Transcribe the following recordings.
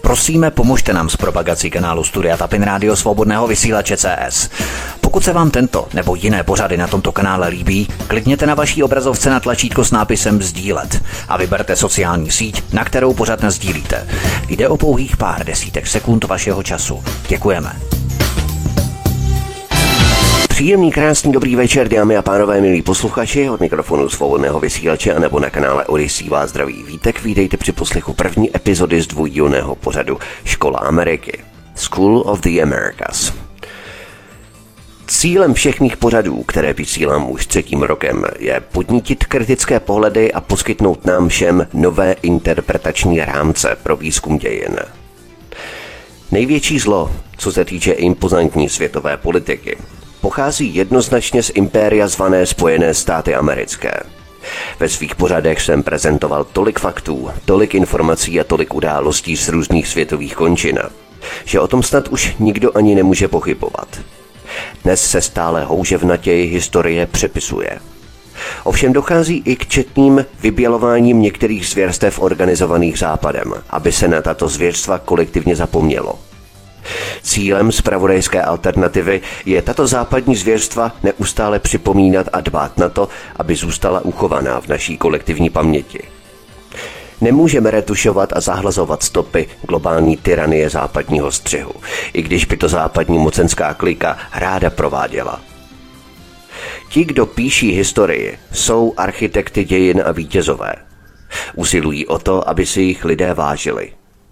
Prosíme, pomožte nám s propagací kanálu Studia Tapin Rádio Svobodného vysílače CS. Pokud se vám tento nebo jiné pořady na tomto kanále líbí, klikněte na vaší obrazovce na tlačítko s nápisem sdílet a vyberte sociální síť, na kterou pořad nasdílíte. Jde o pouhých pár desítek sekund vašeho času. Děkujeme. Příjemný, krásný, dobrý večer, dámy a pánové, milí posluchači, od mikrofonu Svobodného vysílače a nebo na kanále Odyssey vás zdraví Vítek. Vítejte při poslechu první epizody z dvoudílného pořadu Škola Ameriky, School of the Americas. Cílem všech mých pořadů, které vysílám už 3. rokem, je podnítit kritické pohledy a poskytnout nám všem nové interpretační rámce pro výzkum dějin. Největší zlo, co se týče impozantní světové politiky, pochází jednoznačně z impéria zvané Spojené státy americké. Ve svých pořadech jsem prezentoval tolik faktů, tolik informací a tolik událostí z různých světových končin, že o tom snad už nikdo ani nemůže pochybovat. Dnes se stále houževnatěji historie přepisuje. Ovšem dochází i k četným vybělováním některých zvěrstev organizovaných Západem, aby se na tato zvěrstva kolektivně zapomnělo. Cílem zpravodajské alternativy je tato západní zvěrstva neustále připomínat a dbát na to, aby zůstala uchovaná v naší kolektivní paměti. Nemůžeme retušovat a zahlazovat stopy globální tyranie západního střihu, i když by to západní mocenská klika ráda prováděla. Ti, kdo píší historii, jsou architekty dějin a vítězové. Usilují o to, aby si jich lidé vážili.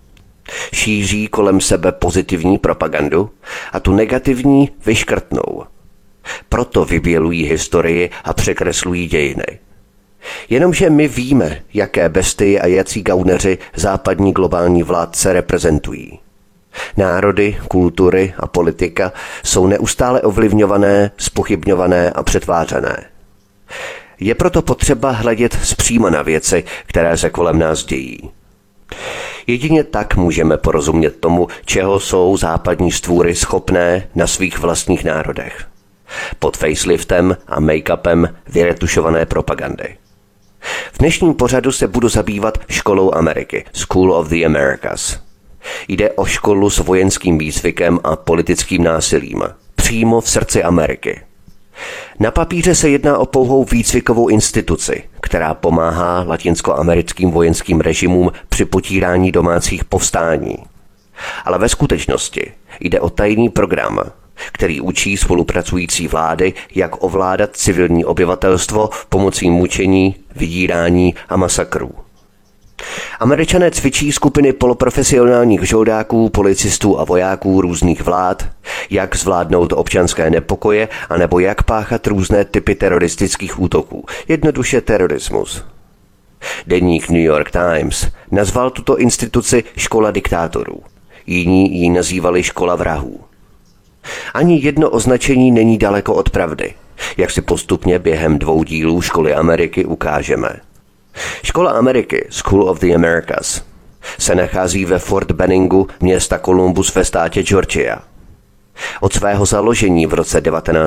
Šíří kolem sebe pozitivní propagandu a tu negativní vyškrtnou. Proto vybělují historii a překreslují dějiny. Jenomže my víme, jaké bestie a jací gauneři západní globální vládce reprezentují. Národy, kultury a politika jsou neustále ovlivňované, zpochybňované a přetvářené. Je proto potřeba hledět zpříma na věci, které se kolem nás dějí. Jedině tak můžeme porozumět tomu, čeho jsou západní stvůry schopné na svých vlastních národech. Pod faceliftem a make-upem vyretušované propagandy. V dnešním pořadu se budu zabývat Školou Ameriky, School of the Americas. Jde o školu s vojenským výcvikem a politickým násilím, přímo v srdci Ameriky. Na papíře se jedná o pouhou výcvikovou instituci, která pomáhá latinskoamerickým vojenským režimům při potírání domácích povstání. Ale ve skutečnosti jde o tajný program, který učí spolupracující vlády, jak ovládat civilní obyvatelstvo pomocí mučení, vydírání a masakrů. Američané cvičí skupiny poloprofesionálních žoldáků, policistů a vojáků různých vlád, jak zvládnout občanské nepokoje, anebo jak páchat různé typy teroristických útoků, jednoduše terorismus. Deník New York Times nazval tuto instituci škola diktátorů, jiní ji nazývali škola vrahů. Ani jedno označení není daleko od pravdy, jak si postupně během 2 dílů Školy Ameriky ukážeme. Škola Ameriky, School of the Americas, se nachází ve Fort Benningu města Columbus ve státě Georgia. Od svého založení v roce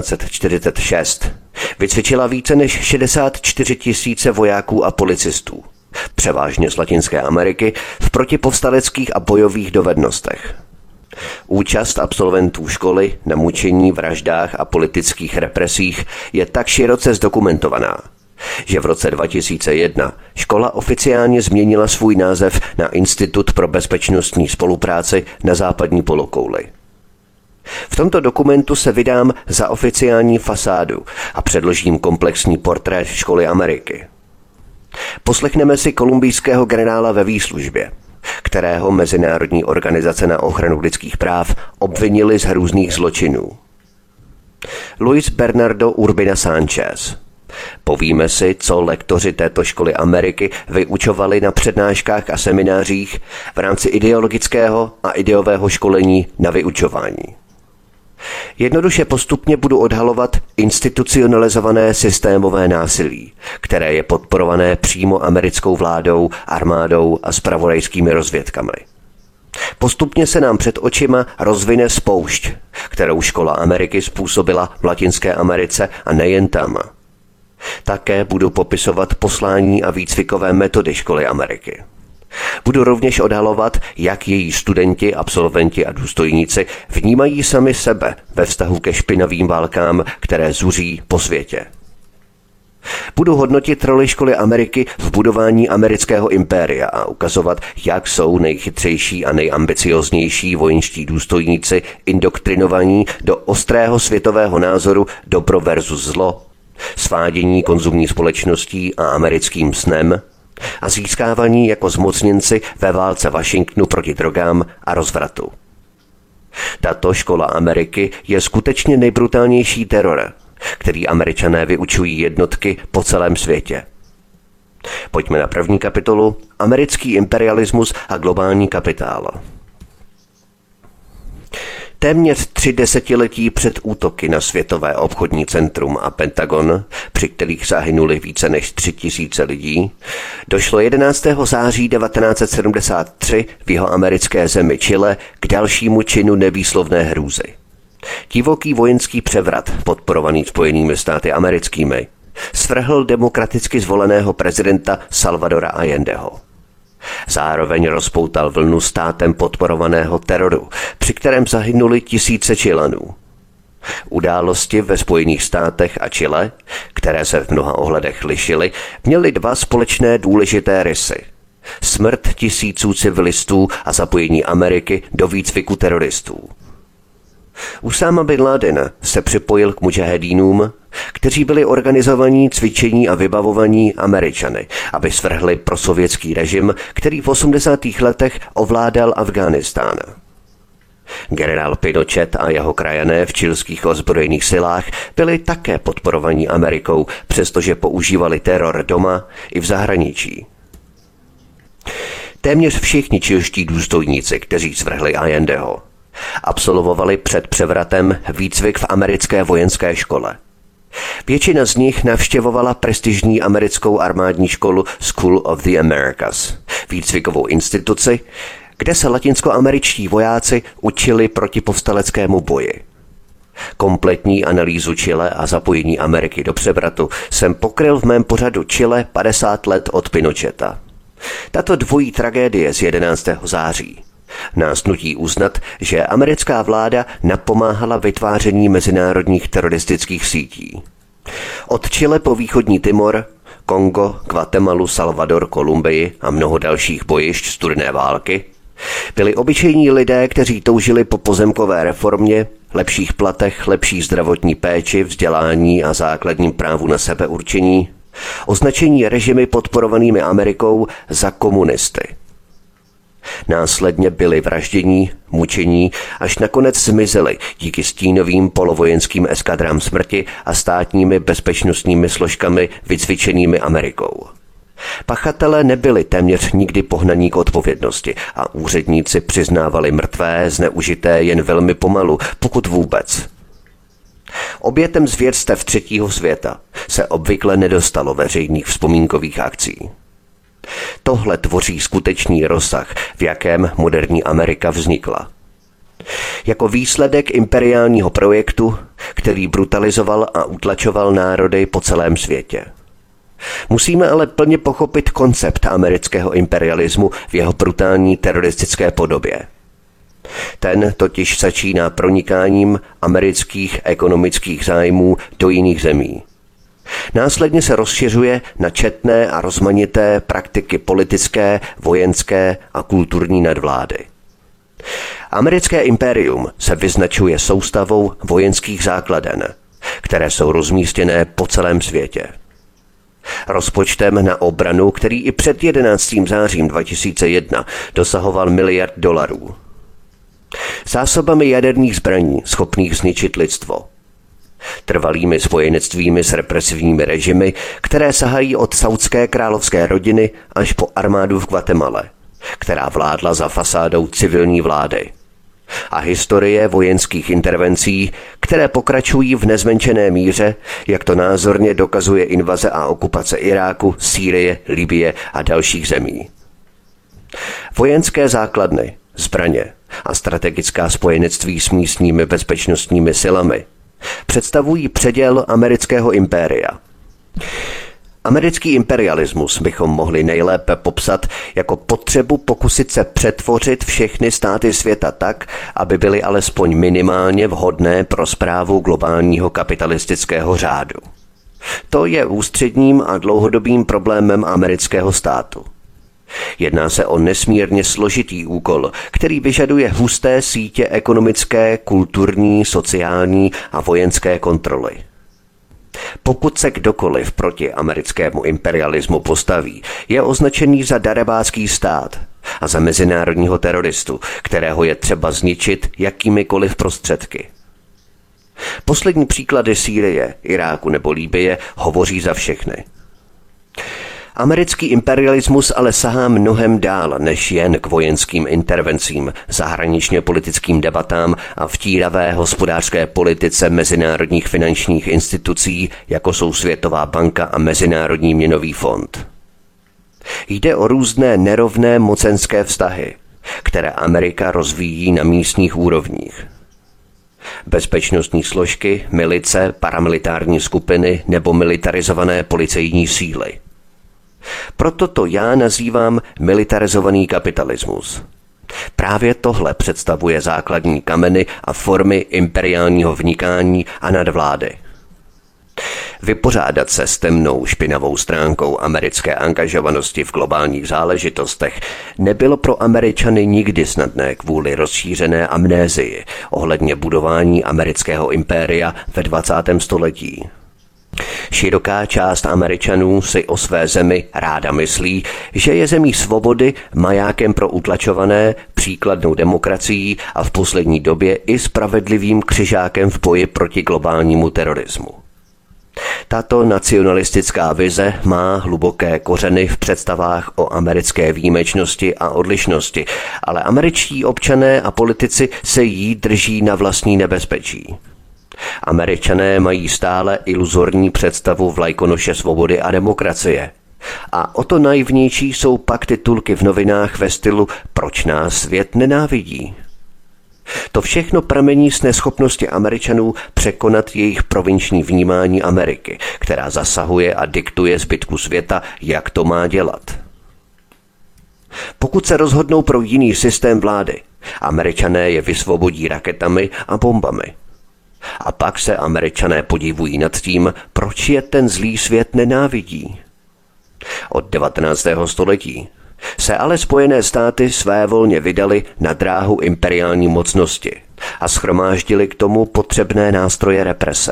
1946 vycvičila více než 64 000 vojáků a policistů, převážně z Latinské Ameriky, v protipovstaleckých a bojových dovednostech. Účast absolventů školy na mučení, vraždách a politických represích je tak široce zdokumentovaná, že v roce 2001 škola oficiálně změnila svůj název na Institut pro bezpečnostní spolupráci na západní polokouli. V tomto dokumentu se vydám za oficiální fasádu a předložím komplexní portrét Školy Ameriky. Poslechneme si kolumbijského generála ve výslužbě, kterého Mezinárodní organizace na ochranu lidských práv obvinili z hrůzných zločinů. Luis Bernardo Urbina Sánchez. Povíme si, co lektoři této Školy Ameriky vyučovali na přednáškách a seminářích v rámci ideologického a ideového školení na vyučování. Jednoduše postupně budu odhalovat institucionalizované systémové násilí, které je podporované přímo americkou vládou, armádou a zpravodajskými rozvědkami. Postupně se nám před očima rozvine spoušť, kterou Škola Ameriky způsobila v Latinské Americe a nejen tam. Také budu popisovat poslání a výcvikové metody Školy Ameriky. Budu rovněž odhalovat, jak její studenti, absolventi a důstojníci vnímají sami sebe ve vztahu ke špinavým válkám, které zuří po světě. Budu hodnotit roli školy Ameriky v budování amerického impéria a ukazovat, jak jsou nejchytřejší a nejambicioznější vojenští důstojníci indoktrinovaní do ostrého světového názoru dobro versus zlo, svádění konzumní společností a americkým snem a získávaní jako zmocněnci ve válce Washingtonu proti drogám a rozvratu. Tato škola Ameriky je skutečně nejbrutálnější teror, který Američané vyučují jednotky po celém světě. Pojďme na první kapitolu Americký imperialismus a globální kapitál. Téměř 3 desetiletí před útoky na Světové obchodní centrum a Pentagon, při kterých zahynuli více než 3000 lidí, došlo 11. září 1973 v jihoamerické zemi Chile k dalšímu činu nevýslovné hrůzy. Divoký vojenský převrat, podporovaný Spojenými státy americkými, svrhl demokraticky zvoleného prezidenta Salvadora Allendeho. Zároveň rozpoutal vlnu státem podporovaného teroru, při kterém zahynuli tisíce Chilanů. Události ve Spojených státech a Chile, které se v mnoha ohledech lišily, měly 2 společné důležité rysy. Smrt tisíců civilistů a zapojení Ameriky do výcviku teroristů. Usáma bin Laden se připojil k mudžahedínům, kteří byli organizovaní, cvičení a vybavovaní Američany, aby svrhli prosovětský režim, který v 80. letech ovládal Afghánistán. Generál Pinochet a jeho krajané v chilských ozbrojených silách byli také podporovaní Amerikou, přestože používali teror doma i v zahraničí. Téměř všichni chilští důstojníci, kteří svrhli Allendeho, absolvovali před převratem výcvik v americké vojenské škole. Většina z nich navštěvovala prestižní americkou armádní školu School of the Americas, výcvikovou instituci, kde se latinskoameričtí vojáci učili proti povstaleckému boji. Kompletní analýzu Chile a zapojení Ameriky do převratu jsem pokryl v mém pořadu Chile 50 let od Pinocheta. Tato dvojí tragédie z 11. září nás nutí uznat, že americká vláda napomáhala vytváření mezinárodních teroristických sítí. Od Chile po východní Timor, Kongo, Guatemalu, Salvador, Kolumbii a mnoho dalších bojišť studené války byli obyčejní lidé, kteří toužili po pozemkové reformě, lepších platech, lepší zdravotní péči, vzdělání a základním právu na sebeurčení, označení režimy podporovanými Amerikou za komunisty. Následně byli vraždění, mučení, až nakonec zmizeli díky stínovým polovojenským eskadrám smrti a státními bezpečnostními složkami vycvičenými Amerikou. Pachatelé nebyli téměř nikdy pohnaní k odpovědnosti a úředníci přiznávali mrtvé, zneužité jen velmi pomalu, pokud vůbec. Obětem zvěrstev třetího světa se obvykle nedostalo veřejných vzpomínkových akcí. Tohle tvoří skutečný rozsah, v jakém moderní Amerika vznikla. Jako výsledek imperiálního projektu, který brutalizoval a utlačoval národy po celém světě. Musíme ale plně pochopit koncept amerického imperialismu v jeho brutální teroristické podobě. Ten totiž začíná pronikáním amerických ekonomických zájmů do jiných zemí. Následně se rozšiřuje na četné a rozmanité praktiky politické, vojenské a kulturní nadvlády. Americké impérium se vyznačuje soustavou vojenských základen, které jsou rozmístěné po celém světě. Rozpočtem na obranu, který i před 11. zářím 2001 dosahoval $miliard. Zásobami jaderných zbraní schopných zničit lidstvo. Trvalými spojenectvími s represivními režimy, které sahají od saudské královské rodiny až po armádu v Guatemale, která vládla za fasádou civilní vlády. A historie vojenských intervencí, které pokračují v nezmenšené míře, jak to názorně dokazuje invaze a okupace Iráku, Sýrie, Libye a dalších zemí. Vojenské základny, zbraně a strategická spojenectví s místními bezpečnostními silami představují předěl amerického impéria. Americký imperialismus bychom mohli nejlépe popsat jako potřebu pokusit se přetvořit všechny státy světa tak, aby byly alespoň minimálně vhodné pro správu globálního kapitalistického řádu. To je ústředním a dlouhodobým problémem amerického státu. Jedná se o nesmírně složitý úkol, který vyžaduje husté sítě ekonomické, kulturní, sociální a vojenské kontroly. Pokud se kdokoliv proti americkému imperialismu postaví, je označený za darebácký stát a za mezinárodního teroristu, kterého je třeba zničit jakýmikoliv prostředky. Poslední příklady Sýrie, Iráku nebo Libye hovoří za všechny. Americký imperialismus ale sahá mnohem dál než jen k vojenským intervencím, zahraničně politickým debatám a vtíravé hospodářské politice mezinárodních finančních institucí, jako jsou Světová banka a Mezinárodní měnový fond. Jde o různé nerovné mocenské vztahy, které Amerika rozvíjí na místních úrovních. Bezpečnostní složky, milice, paramilitární skupiny nebo militarizované policejní síly. Proto to já nazývám militarizovaný kapitalismus. Právě tohle představuje základní kameny a formy imperiálního vnikání a nadvlády. Vypořádat se s temnou špinavou stránkou americké angažovanosti v globálních záležitostech nebylo pro Američany nikdy snadné kvůli rozšířené amnézii ohledně budování amerického impéria ve 20. století. Široká část Američanů si o své zemi ráda myslí, že je zemí svobody, majákem pro utlačované, příkladnou demokracií a v poslední době i spravedlivým křižákem v boji proti globálnímu terorismu. Tato nacionalistická vize má hluboké kořeny v představách o americké výjimečnosti a odlišnosti, ale američtí občané a politici se jí drží na vlastní nebezpečí. Američané mají stále iluzorní představu vlajkonoše svobody a demokracie. A o to naivnější jsou pak titulky v novinách ve stylu "Proč nás svět nenávidí?" To všechno pramení z neschopnosti Američanů překonat jejich provinční vnímání Ameriky, která zasahuje a diktuje zbytku světa, jak to má dělat. Pokud se rozhodnou pro jiný systém vlády, Američané je vysvobodí raketami a bombami. A pak se Američané podivují nad tím, proč je ten zlý svět nenávidí. Od 19. století se ale Spojené státy svévolně vydali na dráhu imperiální mocnosti a shromáždili k tomu potřebné nástroje represe.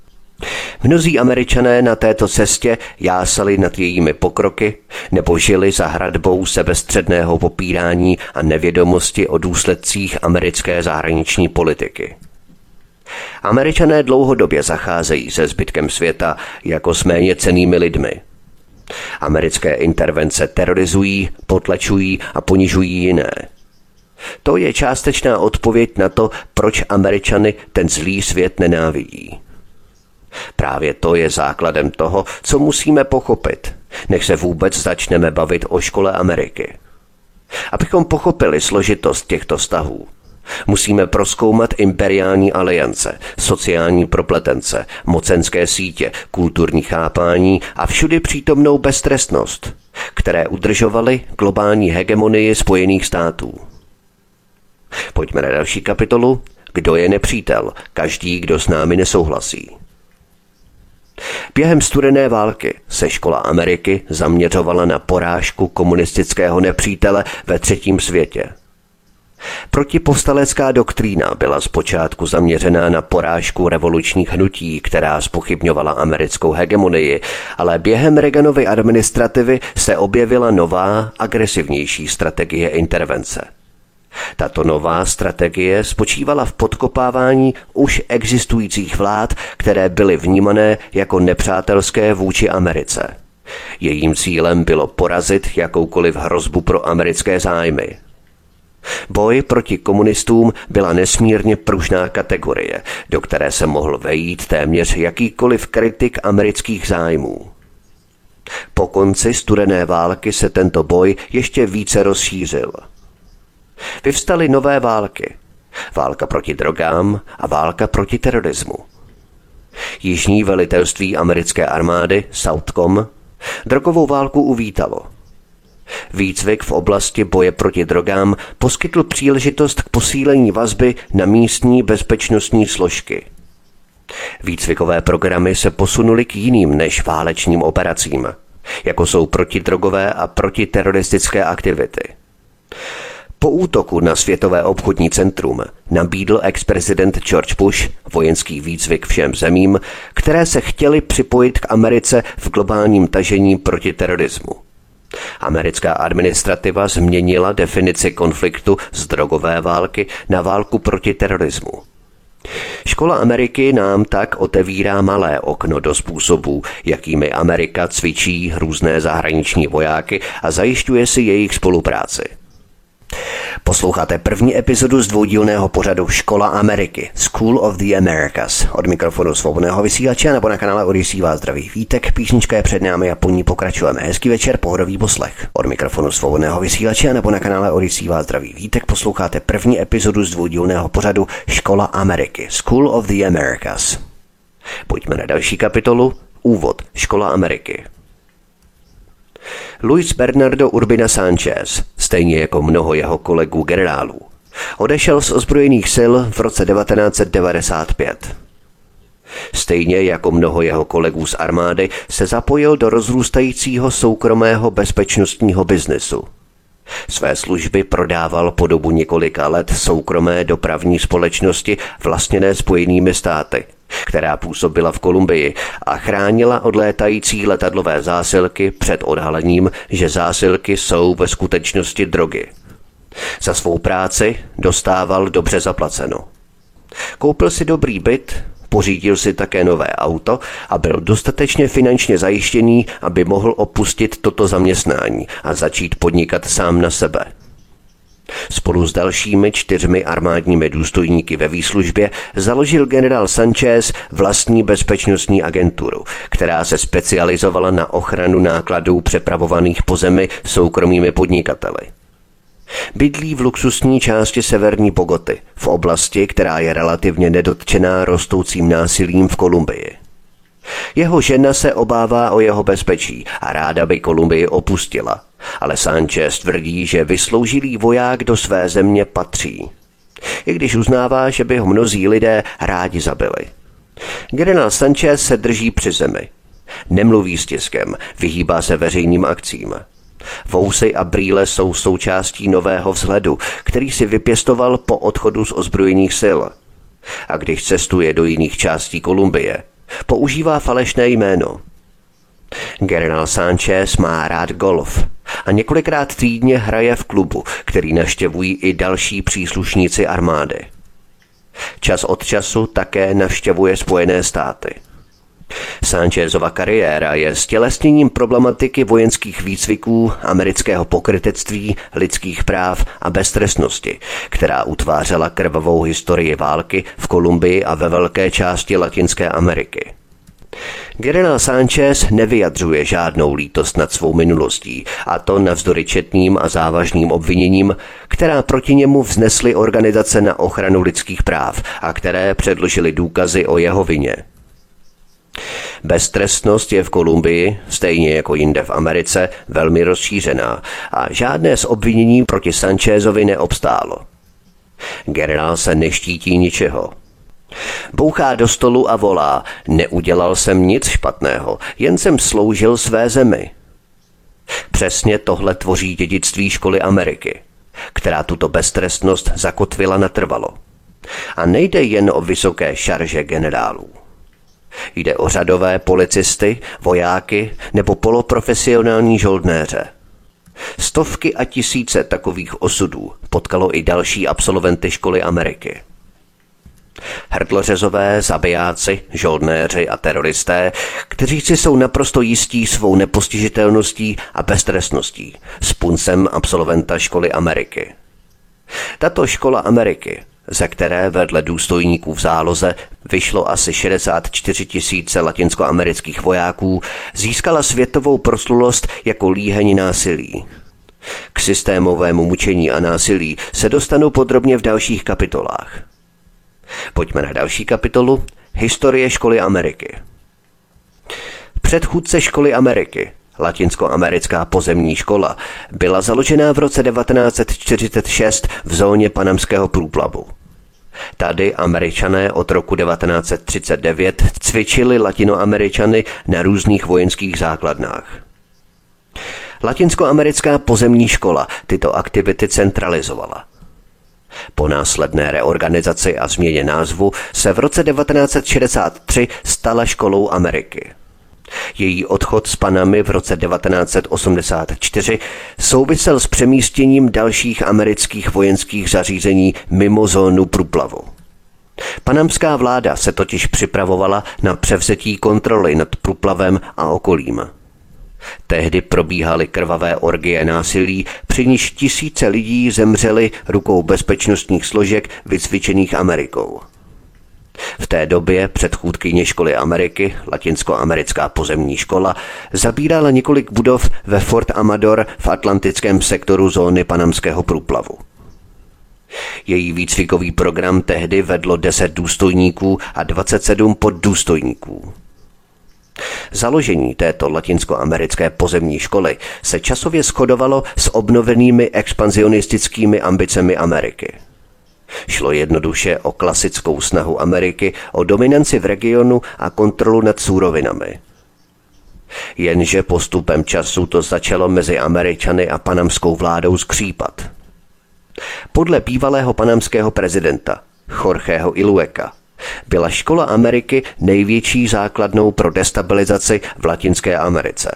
Mnozí Američané na této cestě jásali nad jejími pokroky nebo žili za hradbou sebestředného popírání a nevědomosti o důsledcích americké zahraniční politiky. Američané dlouhodobě zacházejí se zbytkem světa jako s méně cennými lidmi. Americké intervence terorizují, potlačují a ponižují jiné. To je částečná odpověď na to, proč Američany ten zlý svět nenávidí. Právě to je základem toho, co musíme pochopit, než se vůbec začneme bavit o škole Ameriky. Abychom pochopili složitost těchto vztahů, musíme prozkoumat imperiální aliance, sociální propletence, mocenské sítě, kulturní chápání a všudy přítomnou beztrestnost, které udržovaly globální hegemonii Spojených států. Pojďme na další kapitolu. Kdo je nepřítel? Každý, kdo s námi nesouhlasí. Během studené války se škola Ameriky zaměřovala na porážku komunistického nepřítele ve třetím světě. Protipovstalecká doktrína byla zpočátku zaměřená na porážku revolučních hnutí, která zpochybňovala americkou hegemonii, ale během Reaganovy administrativy se objevila nová, agresivnější strategie intervence. Tato nová strategie spočívala v podkopávání už existujících vlád, které byly vnímané jako nepřátelské vůči Americe. Jejím cílem bylo porazit jakoukoliv hrozbu pro americké zájmy. Boj proti komunistům byla nesmírně pružná kategorie, do které se mohl vejít téměř jakýkoliv kritik amerických zájmů. Po konci studené války se tento boj ještě více rozšířil. Vyvstaly nové války. Válka proti drogám a válka proti terorismu. Jižní velitelství americké armády, Southcom, Drogovou válku uvítalo. Výcvik v oblasti boje proti drogám poskytl příležitost k posílení vazby na místní bezpečnostní složky. Výcvikové programy se posunuly k jiným než válečným operacím, jako jsou protidrogové a protiteroristické aktivity. Po útoku na Světové obchodní centrum nabídl ex-prezident George Bush vojenský výcvik všem zemím, které se chtěly připojit k Americe v globálním tažení proti terorismu. Americká administrativa změnila definici konfliktu z drogové války na válku proti terorismu. Škola Ameriky nám tak otevírá malé okno do způsobů, jakými Amerika cvičí různé zahraniční vojáky a zajišťuje si jejich spolupráci. Posloucháte první epizodu z dvoudílného pořadu Škola Ameriky, School of the Americas. Od mikrofonu Svobodného vysílače nebo na kanále Odyssey vás zdraví Vítek, písnička je před námi a po ní pokračujeme. Hezký večer, pohodový poslech. Od mikrofonu Svobodného vysílače nebo na kanále Odyssey vás zdraví Vítek, posloucháte první epizodu z dvoudílného pořadu Škola Ameriky, School of the Americas. Pojďme na další kapitolu, úvod Škola Ameriky. Luis Bernardo Urbina Sánchez, stejně jako mnoho jeho kolegů generálů, odešel z ozbrojených sil v roce 1995. Stejně jako mnoho jeho kolegů z armády se zapojil do rozrůstajícího soukromého bezpečnostního biznesu. Své služby prodával po dobu několika let soukromé dopravní společnosti vlastněné Spojenými státy, která působila v Kolumbii a chránila odlétající letadlové zásilky před odhalením, že zásilky jsou ve skutečnosti drogy. Za svou práci dostával dobře zaplaceno. Koupil si dobrý byt, pořídil si také nové auto a byl dostatečně finančně zajištěný, aby mohl opustit toto zaměstnání a začít podnikat sám na sebe. Spolu s dalšími 4 armádními důstojníky ve výslužbě založil generál Sánchez vlastní bezpečnostní agenturu, která se specializovala na ochranu nákladů přepravovaných po zemi soukromými podnikateli. Bydlí v luxusní části severní Bogoty, v oblasti, která je relativně nedotčená rostoucím násilím v Kolumbii. Jeho žena se obává o jeho bezpečí a ráda by Kolumbii opustila, ale Sánchez tvrdí, že vysloužilý voják do své země patří, i když uznává, že by ho mnozí lidé rádi zabili. Generál Sánchez se drží při zemi. Nemluví s tiskem, vyhýbá se veřejným akcím. Vousy a brýle jsou součástí nového vzhledu, který si vypěstoval po odchodu z ozbrojených sil. A když cestuje do jiných částí Kolumbie, používá falešné jméno. Generál Sánchez má rád golf a několikrát týdně hraje v klubu, který navštěvují i další příslušníci armády. Čas od času také navštěvuje Spojené státy. Sánchezova kariéra je ztělesněním problematiky vojenských výcviků, amerického pokrytectví, lidských práv a beztrestnosti, která utvářela krvavou historii války v Kolumbii a ve velké části Latinské Ameriky. Generál Sánchez nevyjadřuje žádnou lítost nad svou minulostí, a to navzdory četným a závažným obviněním, která proti němu vznesly organizace na ochranu lidských práv a které předložily důkazy o jeho vině. Beztrestnost je v Kolumbii, stejně jako jinde v Americe, velmi rozšířená a žádné z obvinění proti Sánchezovi neobstálo. Generál se neštítí ničeho. Bouchá do stolu a volá: neudělal jsem nic špatného, jen jsem sloužil své zemi. Přesně tohle tvoří dědictví Školy Ameriky, která tuto beztrestnost zakotvila natrvalo. A nejde jen o vysoké šarže generálů. Jde o řadové policisty, vojáky nebo poloprofesionální žoldnéře. Stovky a tisíce takových osudů potkalo i další absolventy Školy Ameriky. Hrdlořezové, zabijáci, žoldnéři a teroristé, kteří si jsou naprosto jistí svou nepostižitelností a beztrestností, s puncem absolventa Školy Ameriky. Tato Škola Ameriky, ze které vedle důstojníků v záloze vyšlo asi 64 000 latinskoamerických vojáků, získala světovou proslulost jako líheň násilí. K systémovému mučení a násilí se dostanu podrobně v dalších kapitolách. Pojďme na další kapitolu, historie Školy Ameriky. Předchůdce Školy Ameriky, Latinskoamerická pozemní škola, byla založena v roce 1946 v zóně Panamského průplavu. Tady Američané od roku 1939 cvičili Latinoameričany na různých vojenských základnách. Latinskoamerická pozemní škola tyto aktivity centralizovala. Po následné reorganizaci a změně názvu se v roce 1963 stala školou Ameriky. Její odchod z Panamy v roce 1984 souvisel s přemístěním dalších amerických vojenských zařízení mimo zónu průplavu. Panamská vláda se totiž připravovala na převzetí kontroly nad průplavem a okolím. Tehdy probíhaly krvavé orgie násilí, při níž tisíce lidí zemřeli rukou bezpečnostních složek vycvičených Amerikou. V té době předchůdkyně školy Ameriky, Latinskoamerická pozemní škola, zabírala několik budov ve Fort Amador v atlantickém sektoru zóny Panamského průplavu. Její výcvikový program tehdy vedlo 10 důstojníků a 27 poddůstojníků. Založení této latinskoamerické pozemní školy se časově shodovalo s obnovenými expanzionistickými ambicemi Ameriky. Šlo jednoduše o klasickou snahu Ameriky o dominanci v regionu a kontrolu nad surovinami. Jenže postupem času to začalo mezi Američany a panamskou vládou skřípat. Podle bývalého panamského prezidenta Jorgeho Ilueka byla škola Ameriky největší základnou pro destabilizaci v Latinské Americe.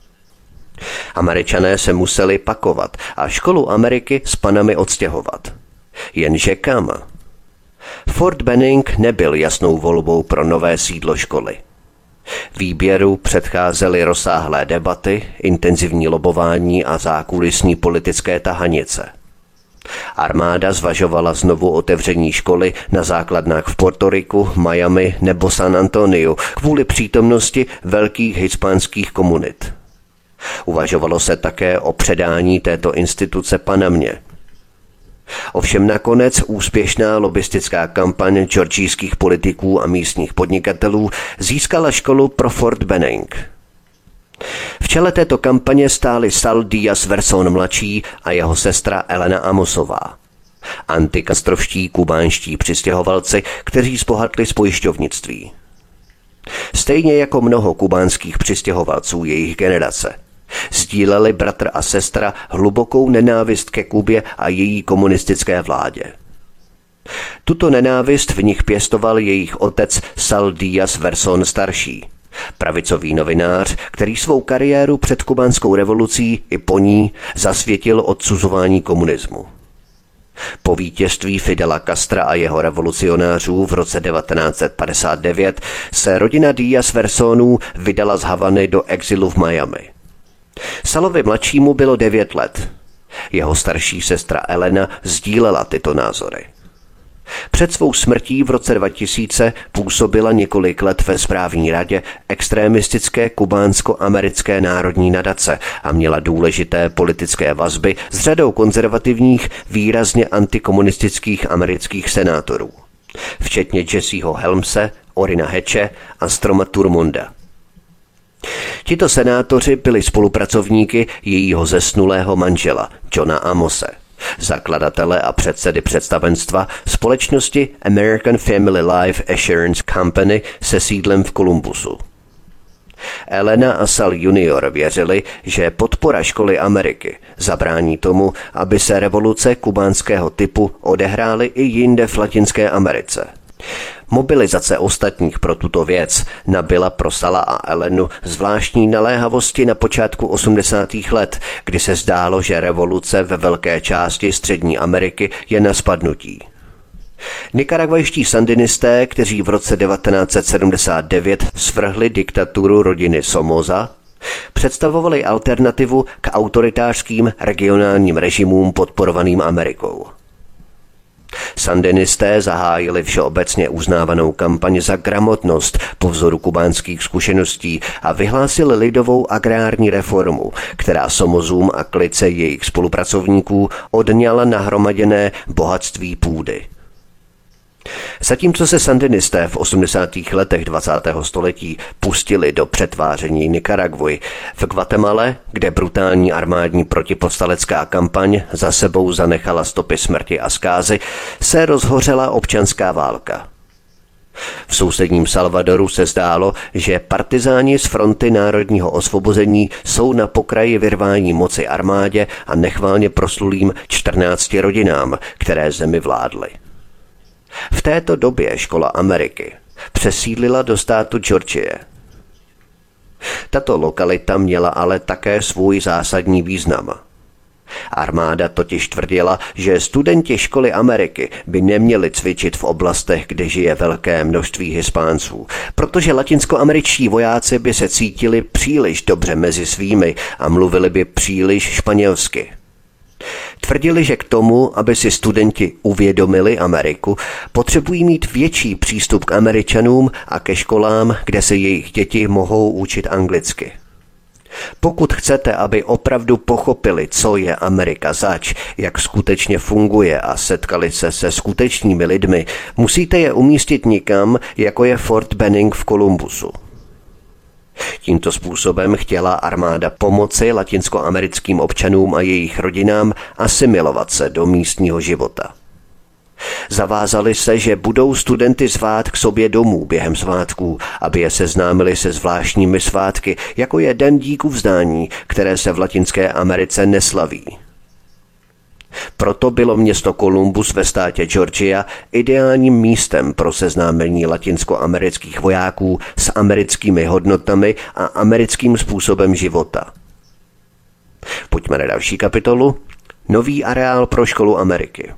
Američané se museli pakovat a školu Ameriky z Panamy odstěhovat. Jenže kam? Fort Benning nebyl jasnou volbou pro nové sídlo školy. Výběru předcházely rozsáhlé debaty, intenzivní lobování a zákulisní politické tahanice. Armáda zvažovala znovu otevření školy na základnách v Portoriku, Miami nebo San Antoniu kvůli přítomnosti velkých hispánských komunit. Uvažovalo se také o předání této instituce Panamě. Ovšem nakonec úspěšná lobistická kampaň georgijských politiků a místních podnikatelů získala školu pro Fort Benning. V čele této kampaně stáli Sal Díaz Verson mladší a jeho sestra Elena Amosová. Antikastrovští kubánští přistěhovalci, kteří zbohatli z pojišťovnictví. Stejně jako mnoho kubánských přistěhovalců jejich generace, sdíleli bratr a sestra hlubokou nenávist ke Kubě a její komunistické vládě. Tuto nenávist v nich pěstoval jejich otec Sal Díaz Verson starší, pravicový novinář, který svou kariéru před kubánskou revolucí i po ní zasvětil odsuzování komunismu. Po vítězství Fidela Castra a jeho revolucionářů v roce 1959 se rodina Díaz Versonů vydala z Havany do exilu v Miami. Salovi mladšímu bylo 9 let. Jeho starší sestra Elena sdílela tyto názory. Před svou smrtí v roce 2000 působila několik let ve správní radě extremistické kubánsko-americké národní nadace a měla důležité politické vazby s řadou konzervativních, výrazně antikomunistických amerických senátorů, včetně Jesseho Helmse, Orina Hatche a Stroma Thurmonda. Tito senátoři byli spolupracovníky jejího zesnulého manžela, Johna Amose, zakladatele a předsedy představenstva společnosti American Family Life Assurance Company se sídlem v Columbusu. Elena a Sal junior věřili, že podpora školy Ameriky zabrání tomu, aby se revoluce kubánského typu odehrály i jinde v Latinské Americe. Mobilizace ostatních pro tuto věc nabyla pro Sala a Elenu zvláštní naléhavosti na počátku 80. let, kdy se zdálo, že revoluce ve velké části Střední Ameriky je na spadnutí. Nikaragvajští sandinisté, kteří v roce 1979 svrhli diktaturu rodiny Somoza, představovali alternativu k autoritářským regionálním režimům podporovaným Amerikou. Sandinisté zahájili všeobecně uznávanou kampaň za gramotnost po vzoru kubánských zkušeností a vyhlásili lidovou agrární reformu, která Somozům a klice jejich spolupracovníků odňala nahromaděné bohatství půdy. Zatímco se sandinisté v 80. letech 20. století pustili do přetváření Nikaraguy, v Guatemale, kde brutální armádní protipovstalecká kampaň za sebou zanechala stopy smrti a zkázy, se rozhořela občanská válka. V sousedním Salvadoru se zdálo, že partizáni z Fronty národního osvobození jsou na pokraji vyrvání moci armádě a nechvalně proslulým 14 rodinám, které zemi vládly. V této době škola Ameriky přesídlila do státu Georgie. Tato lokalita měla ale také svůj zásadní význam. Armáda totiž tvrdila, že studenti školy Ameriky by neměli cvičit v oblastech, kde žije velké množství Hispánců, protože latinskoameričtí vojáci by se cítili příliš dobře mezi svými a mluvili by příliš španělsky. Tvrdili, že k tomu, aby si studenti uvědomili Ameriku, potřebují mít větší přístup k Američanům a ke školám, kde se jejich děti mohou učit anglicky. Pokud chcete, aby opravdu pochopili, co je Amerika zač, jak skutečně funguje a setkali se skutečnými lidmi, musíte je umístit nikam, jako je Fort Benning v Kolumbusu. Tímto způsobem chtěla armáda pomoci latinskoamerickým občanům a jejich rodinám asimilovat se do místního života. Zavázali se, že budou studenty zvát k sobě domů během svátků, aby je seznámili se zvláštními svátky, jako je Den díku vzdání, které se v Latinské Americe neslaví. Proto bylo město Columbus ve státě Georgia ideálním místem pro seznámení latinskoamerických vojáků s americkými hodnotami a americkým způsobem života. Pojďme na další kapitolu. Nový areál pro školu Ameriky.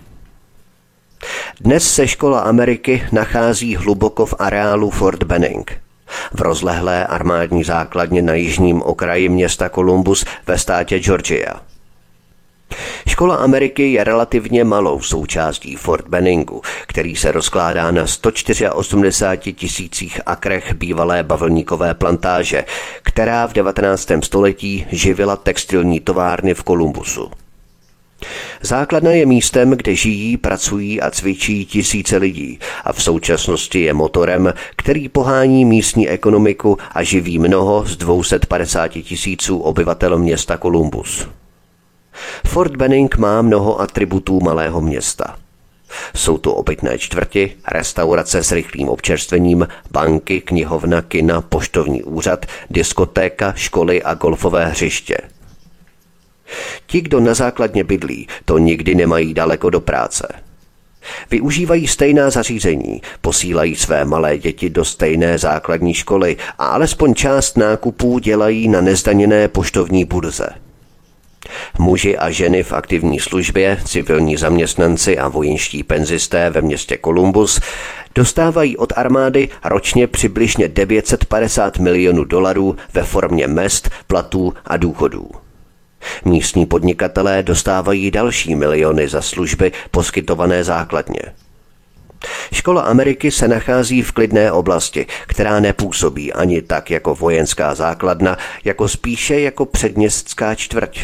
Dnes se škola Ameriky nachází hluboko v areálu Fort Benning, v rozlehlé armádní základně na jižním okraji města Columbus ve státě Georgia. Škola Ameriky je relativně malou součástí Fort Benningu, který se rozkládá na 184 tisících akrech bývalé bavlníkové plantáže, která v 19. století živila textilní továrny v Columbusu. Základna je místem, kde žijí, pracují a cvičí tisíce lidí a v současnosti je motorem, který pohání místní ekonomiku a živí mnoho z 250 tisíců obyvatel města Columbus. Fort Benning má mnoho atributů malého města. Jsou tu obytné čtvrti, restaurace s rychlým občerstvením, banky, knihovna, kina, poštovní úřad, diskotéka, školy a golfové hřiště. Ti, kdo na základně bydlí, to nikdy nemají daleko do práce. Využívají stejná zařízení, posílají své malé děti do stejné základní školy a alespoň část nákupů dělají na nezdaněné poštovní burze. Muži a ženy v aktivní službě, civilní zaměstnanci a vojenští penzisté ve městě Columbus dostávají od armády ročně přibližně $950 milionů ve formě mezd, platů a důchodů. Místní podnikatelé dostávají další miliony za služby poskytované základně. Škola Ameriky se nachází v klidné oblasti, která nepůsobí ani tak jako vojenská základna, jako spíše jako předměstská čtvrť.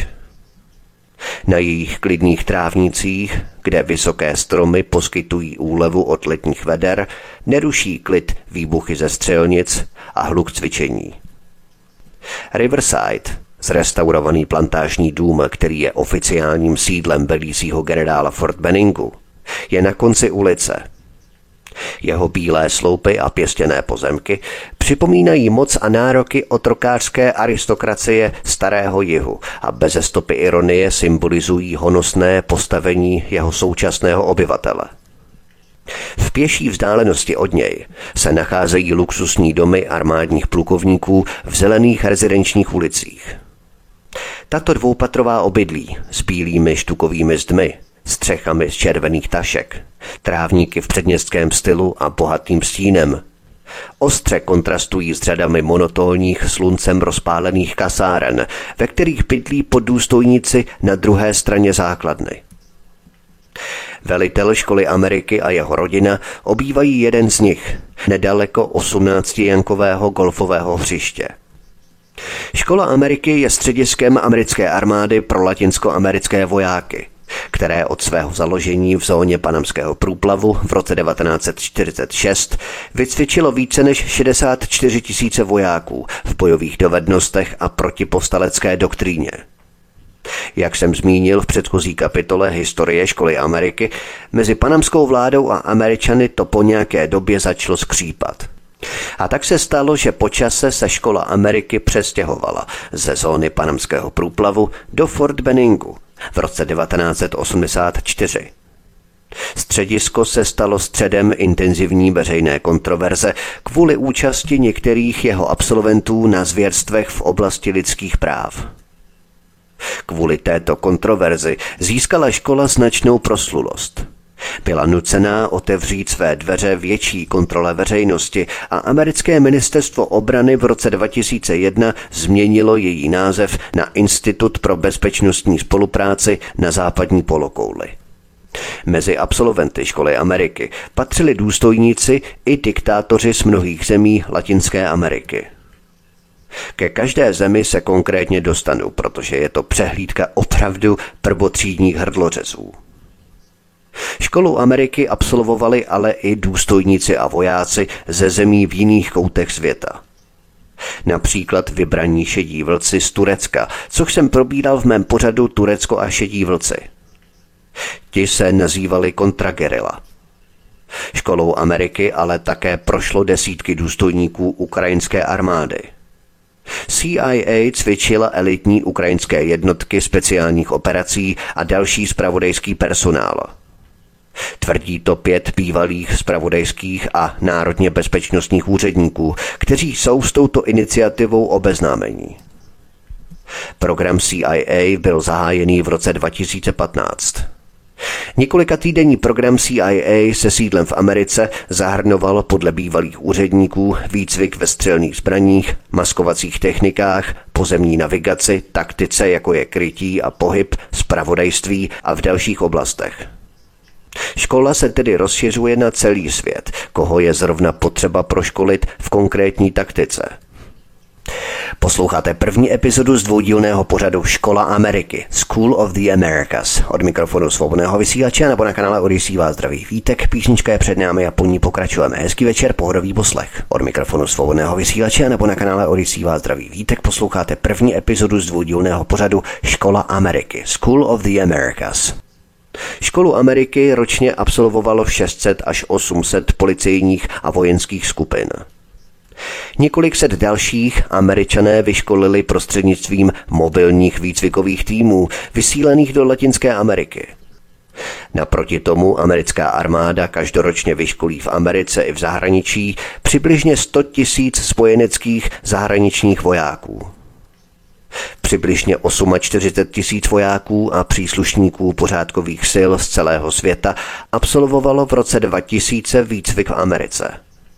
Na jejich klidných trávnicích, kde vysoké stromy poskytují úlevu od letních veder, neruší klid výbuchy ze střelnic a hluk cvičení. Riverside, zrestaurovaný plantážní dům, který je oficiálním sídlem velícího generála Fort Benningu, je na konci ulice. Jeho bílé sloupy a pěstěné pozemky připomínají moc a nároky otrokářské aristokracie starého jihu a beze stopy ironie symbolizují honosné postavení jeho současného obyvatele. V pěší vzdálenosti od něj se nacházejí luxusní domy armádních plukovníků v zelených rezidenčních ulicích. Tato dvoupatrová obydlí s bílými štukovými zdmi, střechami z červených tašek, trávníky v předměstském stylu a bohatým stínem, ostře kontrastují s řadami monotónních sluncem rozpálených kasáren, ve kterých bydlí poddůstojníci na druhé straně základny. Velitel školy Ameriky a jeho rodina obývají jeden z nich, nedaleko 18jankového golfového hřiště. Škola Ameriky je střediskem americké armády pro latinskoamerické vojáky, které od svého založení v zóně Panamského průplavu v roce 1946 vycvičilo více než 64 000 vojáků v bojových dovednostech a protipovstalecké doktríně. Jak jsem zmínil v předchozí kapitole Historie školy Ameriky, mezi panamskou vládou a Američany to po nějaké době začalo skřípat. A tak se stalo, že po čase se škola Ameriky přestěhovala ze zóny Panamského průplavu do Fort Benningu v roce 1984. Středisko se stalo středem intenzivní veřejné kontroverze kvůli účasti některých jeho absolventů na zvěrstvech v oblasti lidských práv. Kvůli této kontroverzi získala škola značnou proslulost. Byla nucená otevřít své dveře větší kontrole veřejnosti a americké ministerstvo obrany v roce 2001 změnilo její název na Institut pro bezpečnostní spolupráci na západní polokouli. Mezi absolventy školy Ameriky patřili důstojníci i diktátoři z mnohých zemí Latinské Ameriky. Ke každé zemi se konkrétně dostanu, protože je to přehlídka opravdu prvotřídních hrdlořezů. Školu Ameriky absolvovali ale i důstojníci a vojáci ze zemí v jiných koutech světa. Například vybraní šedí vlci z Turecka, což jsem probíral v mém pořadu Turecko a šedí vlci. Ti se nazývali kontragerila. Školou Ameriky ale také prošlo desítky důstojníků ukrajinské armády. CIA cvičila elitní ukrajinské jednotky speciálních operací a další zpravodajský personál. Tvrdí to 5 bývalých zpravodajských a národně bezpečnostních úředníků, kteří jsou s touto iniciativou obeznámení. Program CIA byl zahájený v roce 2015. Několikatýdenní program CIA se sídlem v Americe zahrnoval podle bývalých úředníků výcvik ve střelných zbraních, maskovacích technikách, pozemní navigaci, taktice jako je krytí a pohyb, zpravodajství a v dalších oblastech. Škola se tedy rozšiřuje na celý svět, koho je zrovna potřeba proškolit v konkrétní taktice. Posloucháte první epizodu z dvoudílného pořadu Škola Ameriky, School of the Americas. Od mikrofonu Svobodného vysílače nebo na kanále Odyssey vás zdraví Vítek, písnička je před námi a po ní pokračujeme. Hezký večer, pohodový poslech. Od mikrofonu Svobodného vysílače nebo na kanále Odyssey vás zdraví Vítek, posloucháte první epizodu z dvoudílného pořadu Škola Ameriky, School of the Americas. Školu Ameriky ročně absolvovalo 600 až 800 policejních a vojenských skupin. Několik set dalších Američané vyškolili prostřednictvím mobilních výcvikových týmů vysílaných do Latinské Ameriky. Naproti tomu americká armáda každoročně vyškolí v Americe i v zahraničí přibližně 100 000 spojeneckých zahraničních vojáků. Přibližně 48 000 vojáků a příslušníků pořádkových sil z celého světa absolvovalo v roce 2000 výcvik v Americe.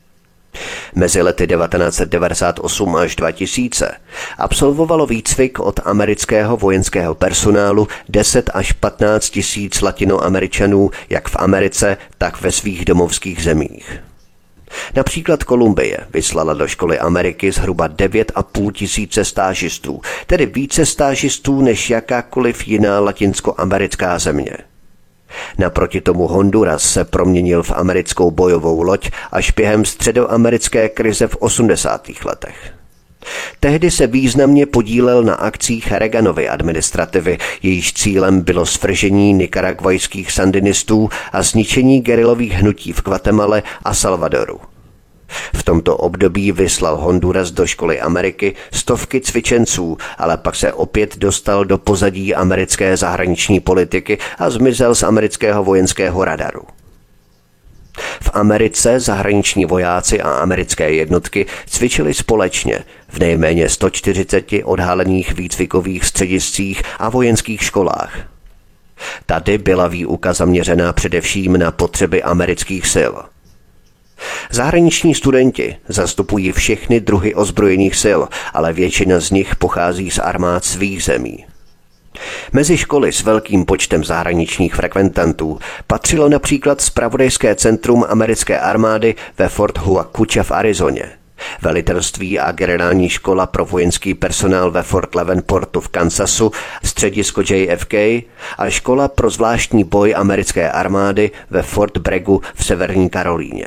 Mezi lety 1998 až 2000 absolvovalo výcvik od amerického vojenského personálu 10 až 15 tisíc latinoameričanů jak v Americe, tak ve svých domovských zemích. Například Kolumbie vyslala do školy Ameriky zhruba 9,5 tisíce stážistů, tedy více stážistů než jakákoliv jiná latinskoamerická země. Naproti tomu Honduras se proměnil v americkou bojovou loď až během středoamerické krize v 80. letech. Tehdy se významně podílel na akcích Reaganovy administrativy, jejíž cílem bylo svržení nikaragvajských sandinistů a zničení gerilových hnutí v Guatemale a Salvadoru. V tomto období vyslal Honduras do školy Ameriky stovky cvičenců, ale pak se opět dostal do pozadí americké zahraniční politiky a zmizel z amerického vojenského radaru. V Americe zahraniční vojáci a americké jednotky cvičili společně v nejméně 140 odhalených výcvikových střediscích a vojenských školách. Tady byla výuka zaměřená především na potřeby amerických sil. Zahraniční studenti zastupují všechny druhy ozbrojených sil, ale většina z nich pochází z armád svých zemí. Mezi školy s velkým počtem zahraničních frekventantů patřilo například zpravodajské centrum americké armády ve Fort Huacucha v Arizoně, velitelství a generální škola pro vojenský personál ve Fort Leavenworthu v Kansasu, středisko JFK a škola pro zvláštní boj americké armády ve Fort Braggu v Severní Karolíně.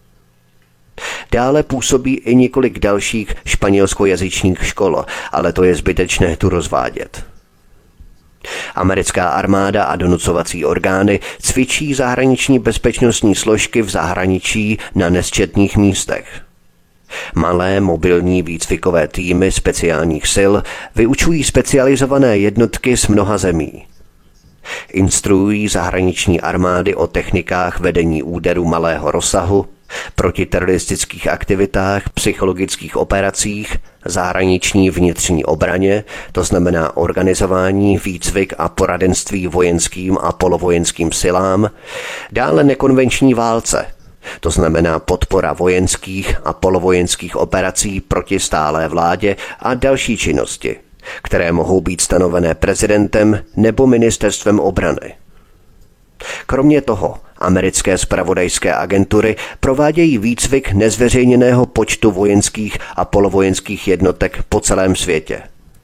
Dále působí i několik dalších španělskojazyčných škol, ale to je zbytečné tu rozvádět. Americká armáda a donucovací orgány cvičí zahraniční bezpečnostní složky v zahraničí na nesčetných místech. Malé mobilní výcvikové týmy speciálních sil vyučují specializované jednotky z mnoha zemí. Instruují zahraniční armády o technikách vedení úderu malého rozsahu, protiteroristických aktivitách, psychologických operacích, zahraniční vnitřní obraně, to znamená organizování, výcvik a poradenství vojenským a polovojenským silám, dále nekonvenční válce, to znamená podpora vojenských a polovojenských operací proti stálé vládě a další činnosti, které mohou být stanovené prezidentem nebo ministerstvem obrany. Kromě toho, americké zpravodajské agentury provádějí výcvik nezveřejněného počtu vojenských a polovojenských jednotek po celém světě.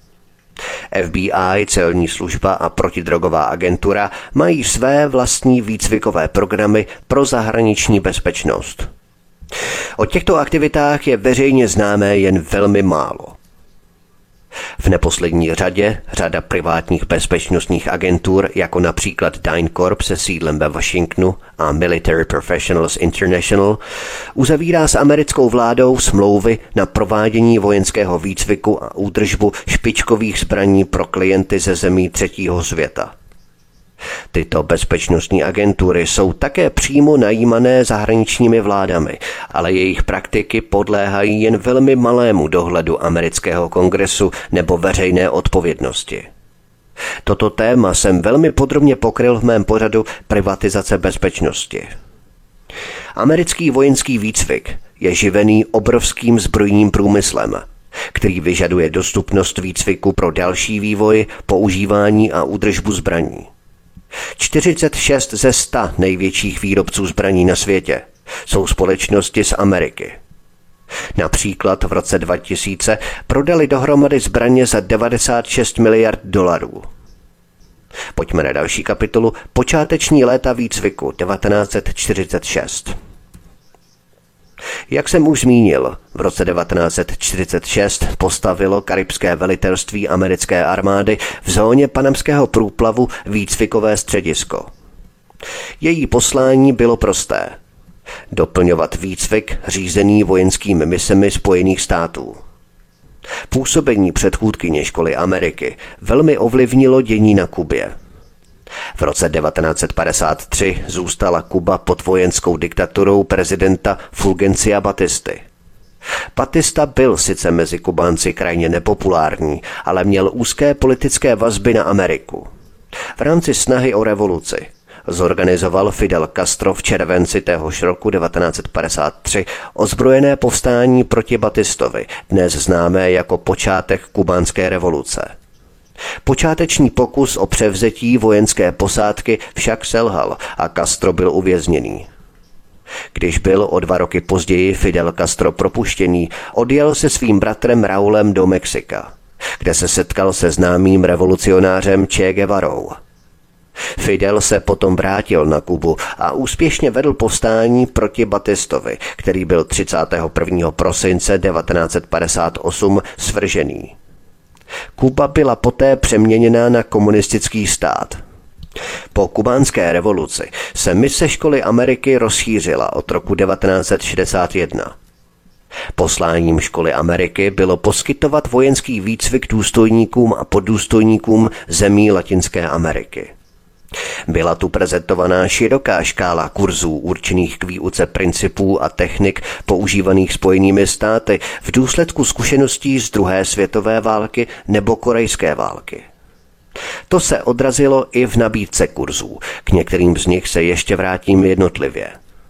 FBI, celní služba a protidrogová agentura mají své vlastní výcvikové programy pro zahraniční bezpečnost. O těchto aktivitách je veřejně známé jen velmi málo. V neposlední řadě řada privátních bezpečnostních agentur, jako například DynCorp se sídlem ve Washingtonu a Military Professionals International, uzavírá s americkou vládou smlouvy na provádění vojenského výcviku a údržbu špičkových zbraní pro klienty ze zemí třetího světa. Tyto bezpečnostní agentury jsou také přímo najímané zahraničními vládami, ale jejich praktiky podléhají jen velmi malému dohledu amerického kongresu nebo veřejné odpovědnosti. Toto téma jsem velmi podrobně pokryl v mém pořadu Privatizace bezpečnosti. Americký vojenský výcvik je živený obrovským zbrojním průmyslem, který vyžaduje dostupnost výcviku pro další vývoj, používání a údržbu zbraní. 46 ze 100 největších výrobců zbraní na světě jsou společnosti z Ameriky. Například v roce 2000 prodali dohromady zbraně za $96 miliard. Pojďme na další kapitolu. Počáteční léta výcviku 1946. Jak jsem už zmínil, v roce 1946 postavilo karibské velitelství americké armády v zóně Panamského průplavu výcvikové středisko. Její poslání bylo prosté. Doplňovat výcvik řízený vojenskými misemi Spojených států. Působení předchůdkyně školy Ameriky velmi ovlivnilo dění na Kubě. V roce 1953 zůstala Kuba pod vojenskou diktaturou prezidenta Fulgencia Batisty. Batista byl sice mezi Kubánci krajně nepopulární, ale měl úzké politické vazby na Ameriku. V rámci snahy o revoluci zorganizoval Fidel Castro v červenci téhož roku 1953 ozbrojené povstání proti Batistovi, dnes známé jako počátek kubánské revoluce. Počáteční pokus o převzetí vojenské posádky však selhal a Castro byl uvězněný. Když byl o 2 roky později Fidel Castro propuštěný, odjel se svým bratrem Raulem do Mexika, kde se setkal se známým revolucionářem Che Guevarou. Fidel se potom vrátil na Kubu a úspěšně vedl povstání proti Batistovi, který byl 31. prosince 1958 svržený. Kuba byla poté přeměněna na komunistický stát. Po kubánské revoluci se mise školy Ameriky rozšířila od roku 1961. Posláním školy Ameriky bylo poskytovat vojenský výcvik důstojníkům a poddůstojníkům zemí Latinské Ameriky. Byla tu prezentovaná široká škála kurzů určených k výuce principů a technik používaných Spojenými státy v důsledku zkušeností z druhé světové války nebo korejské války. To se odrazilo i v nabídce kurzů, k některým z nich se ještě vrátím jednotlivě.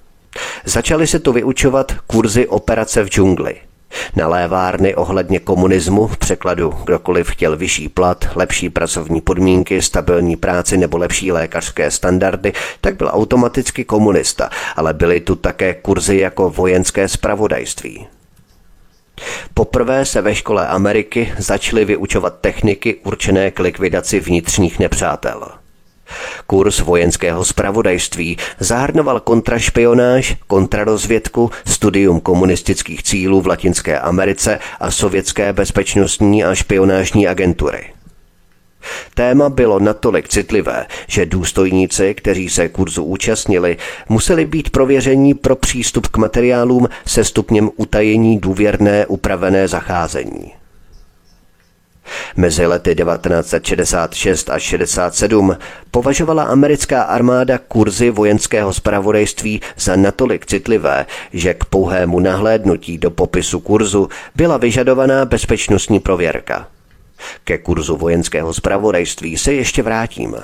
Začaly se tu vyučovat kurzy operace v džungli, nalévárny ohledně komunismu, v překladu kdokoliv chtěl vyšší plat, lepší pracovní podmínky, stabilní práci nebo lepší lékařské standardy, tak byl automaticky komunista, ale byly tu také kurzy jako vojenské zpravodajství. Poprvé se ve škole Ameriky začaly vyučovat techniky určené k likvidaci vnitřních nepřátel. Kurz vojenského zpravodajství zahrnoval kontrašpionáž, kontrarozvědku, studium komunistických cílů v Latinské Americe a sovětské bezpečnostní a špionážní agentury. Téma bylo natolik citlivé, že důstojníci, kteří se kurzu účastnili, museli být prověření pro přístup k materiálům se stupněm utajení důvěrné upravené zacházení. Mezi lety 1966 až 67 považovala americká armáda kurzy vojenského zpravodajství za natolik citlivé, že k pouhému nahlédnutí do popisu kurzu byla vyžadovaná bezpečnostní prověrka. Ke kurzu vojenského zpravodajství se ještě vrátím.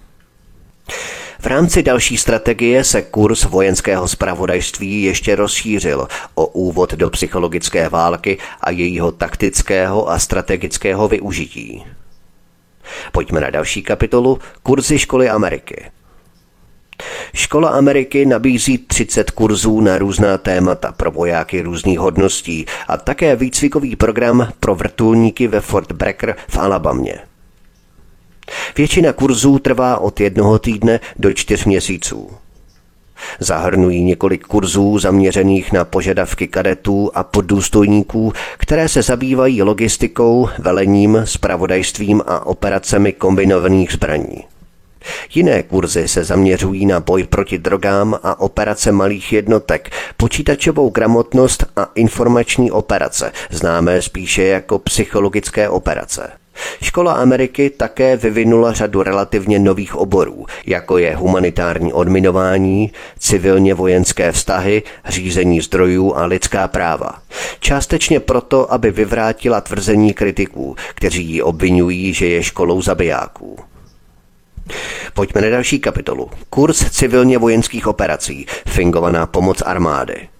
V rámci další strategie se kurz vojenského zpravodajství ještě rozšířil o úvod do psychologické války a jejího taktického a strategického využití. Pojďme na další kapitolu, kurzy školy Ameriky. Škola Ameriky nabízí 30 kurzů na různá témata pro vojáky různých hodností a také výcvikový program pro vrtulníky ve Fort Bragg v Alabamě. Většina kurzů trvá od 1 týdne do 4 měsíců. Zahrnují několik kurzů zaměřených na požadavky kadetů a poddůstojníků, které se zabývají logistikou, velením, zpravodajstvím a operacemi kombinovaných zbraní. Jiné kurzy se zaměřují na boj proti drogám a operace malých jednotek, počítačovou gramotnost a informační operace, známé spíše jako psychologické operace. Škola Ameriky také vyvinula řadu relativně nových oborů, jako je humanitární odminování, civilně vojenské vztahy, řízení zdrojů a lidská práva. Částečně proto, aby vyvrátila tvrzení kritiků, kteří ji obvinují, že je školou zabijáků. Pojďme na další kapitolu. Kurz civilně vojenských operací, fingovaná pomoc armády.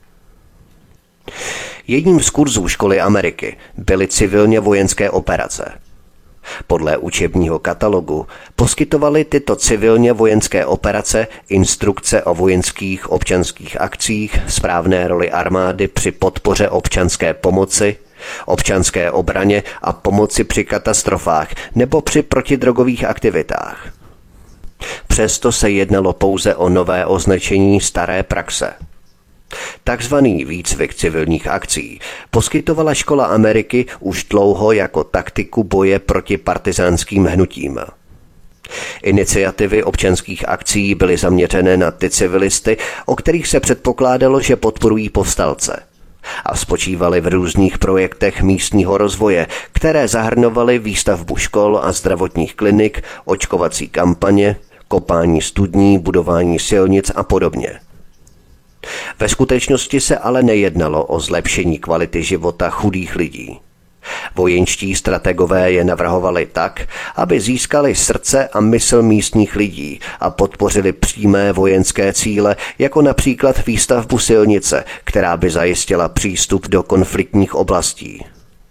Jedním z kurzů školy Ameriky byly civilně vojenské operace. Podle učebního katalogu poskytovaly tyto civilně vojenské operace instrukce o vojenských občanských akcích, správné roli armády při podpoře občanské pomoci, občanské obraně a pomoci při katastrofách nebo při protidrogových aktivitách. Přesto se jednalo pouze o nové označení staré praxe. Takzvaný výcvik civilních akcí poskytovala škola Ameriky už dlouho jako taktiku boje proti partizánským hnutím. Iniciativy občanských akcí byly zaměřené na ty civilisty, o kterých se předpokládalo, že podporují povstalce, a spočívaly v různých projektech místního rozvoje, které zahrnovaly výstavbu škol a zdravotních klinik, očkovací kampaně, kopání studní, budování silnic a podobně. Ve skutečnosti se ale nejednalo o zlepšení kvality života chudých lidí. Vojenští strategové je navrhovali tak, aby získali srdce a mysl místních lidí a podpořili přímé vojenské cíle, jako například výstavbu silnice, která by zajistila přístup do konfliktních oblastí.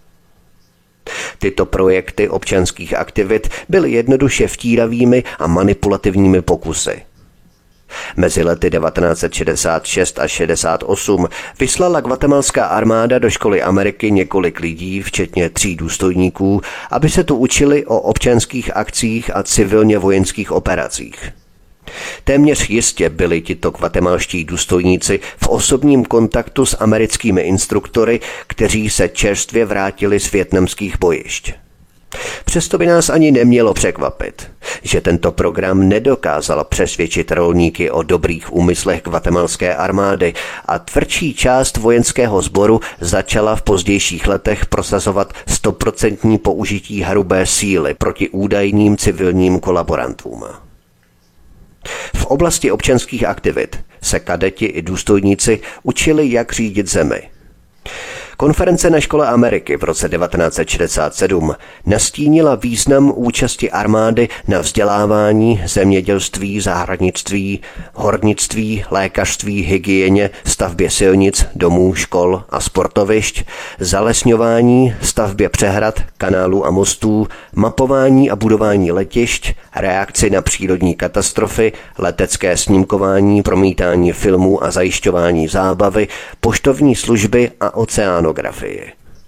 Tyto projekty občanských aktivit byly jednoduše vtíravými a manipulativními pokusy. Mezi lety 1966 a 68 vyslala guatemalská armáda do školy Ameriky několik lidí, včetně 3 důstojníků, aby se tu učili o občanských akcích a civilně vojenských operacích. Téměř jistě byli tito guatemalští důstojníci v osobním kontaktu s americkými instruktory, kteří se čerstvě vrátili z vietnamských bojišť. Přesto by nás ani nemělo překvapit, že tento program nedokázal přesvědčit rolníky o dobrých úmyslech guatemalské armády a tvrdší část vojenského sboru začala v pozdějších letech prosazovat 100% použití hrubé síly proti údajným civilním kolaborantům. V oblasti občanských aktivit se kadeti i důstojníci učili, jak řídit zemi. Konference na škole Ameriky v roce 1967 nastínila význam účasti armády na vzdělávání, zemědělství, zahradnictví, hornictví, lékařství, hygieně, stavbě silnic, domů, škol a sportovišť, zalesňování, stavbě přehrad, kanálů a mostů, mapování a budování letišť, reakci na přírodní katastrofy, letecké snímkování, promítání filmů a zajišťování zábavy, poštovní služby a oceánografii.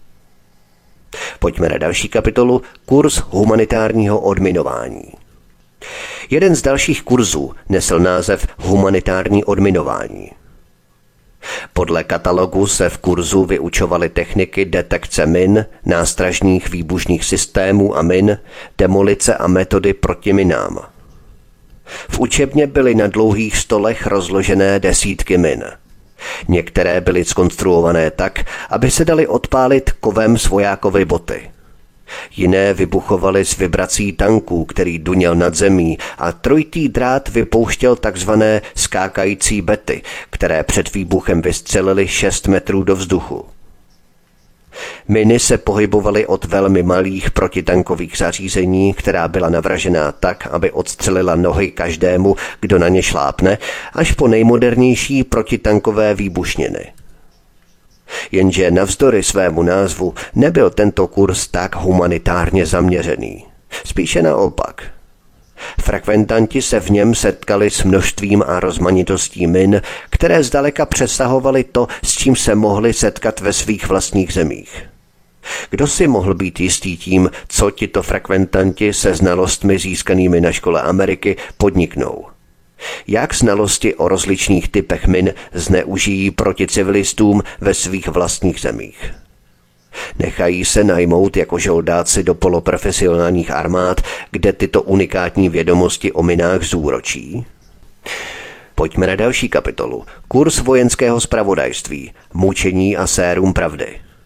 Pojďme na další kapitolu, kurz humanitárního odminování. Jeden z dalších kurzů nesl název humanitární odminování. Podle katalogu se v kurzu vyučovaly techniky detekce min, nástražních výbušných systémů a min, demolice a metody proti minám. V učebně byly na dlouhých stolech rozložené desítky min. Některé byly zkonstruované tak, aby se daly odpálit kovem z vojákovy boty. Jiné vybuchovaly s vibrací tanků, který duněl nad zemí, a trojitý drát vypouštěl takzvané skákající bety, které před výbuchem vystřelily 6 metrů do vzduchu. Miny se pohybovaly od velmi malých protitankových zařízení, která byla navražená tak, aby odstřelila nohy každému, kdo na ně šlápne, až po nejmodernější protitankové výbušniny. Jenže navzdory svému názvu nebyl tento kurz tak humanitárně zaměřený. Spíše naopak. Frekventanti se v něm setkali s množstvím a rozmanitostí min, které zdaleka přesahovaly to, s čím se mohli setkat ve svých vlastních zemích. Kdo si mohl být jistý tím, co tito frekventanti se znalostmi získanými na škole Ameriky podniknou? Jak znalosti o rozličných typech min zneužijí proti civilistům ve svých vlastních zemích? Nechají se najmout jako žoldáci do poloprofesionálních armád, kde tyto unikátní vědomosti o minách zúročí? Pojďme na další kapitolu. Kurz vojenského zpravodajství. Mučení a sérum pravdy.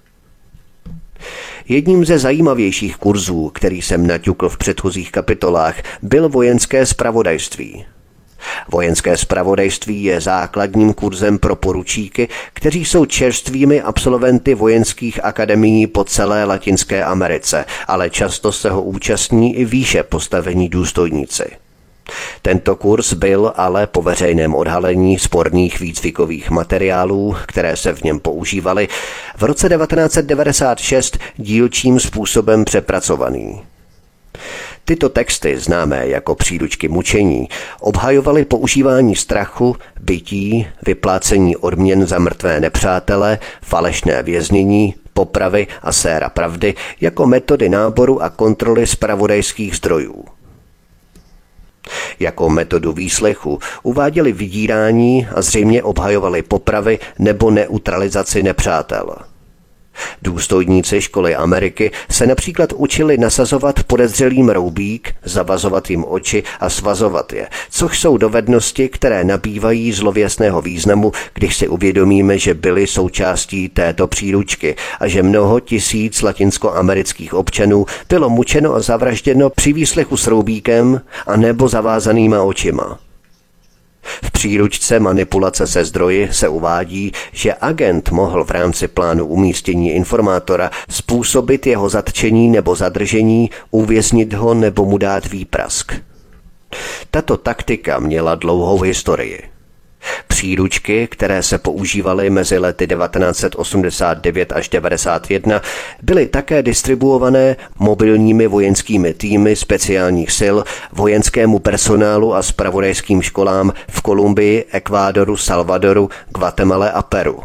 Jedním ze zajímavějších kurzů, který jsem naťukl v předchozích kapitolách, byl vojenské zpravodajství. Vojenské zpravodajství je základním kurzem pro poručíky, kteří jsou čerstvými absolventy vojenských akademií po celé Latinské Americe, ale často se ho účastní i výše postavení důstojníci. Tento kurz byl ale po veřejném odhalení sporných výcvikových materiálů, které se v něm používaly, v roce 1996 dílčím způsobem přepracovaný. Tyto texty, známé jako příručky mučení, obhajovaly používání strachu, bití, vyplácení odměn za mrtvé nepřátele, falešné věznění, popravy a séra pravdy jako metody náboru a kontroly zpravodajských zdrojů. Jako metodu výslechu uváděli vydírání a zřejmě obhajovali popravy nebo neutralizaci nepřátel. Důstojníci školy Ameriky se například učili nasazovat podezřelým roubík, zavazovat jim oči a svazovat je, což jsou dovednosti, které nabývají zlověsného významu, když si uvědomíme, že byly součástí této příručky a že mnoho tisíc latinskoamerických občanů bylo mučeno a zavražděno při výslechu s roubíkem a nebo zavázanýma očima. V příručce Manipulace se zdroji se uvádí, že agent mohl v rámci plánu umístění informátora způsobit jeho zatčení nebo zadržení, uvěznit ho nebo mu dát výprask. Tato taktika měla dlouhou historii. Příručky, které se používaly mezi lety 1989 až 1991, byly také distribuované mobilními vojenskými týmy speciálních sil, vojenskému personálu a zpravodajským školám v Kolumbii, Ekvádoru, Salvadoru, Guatemale a Peru.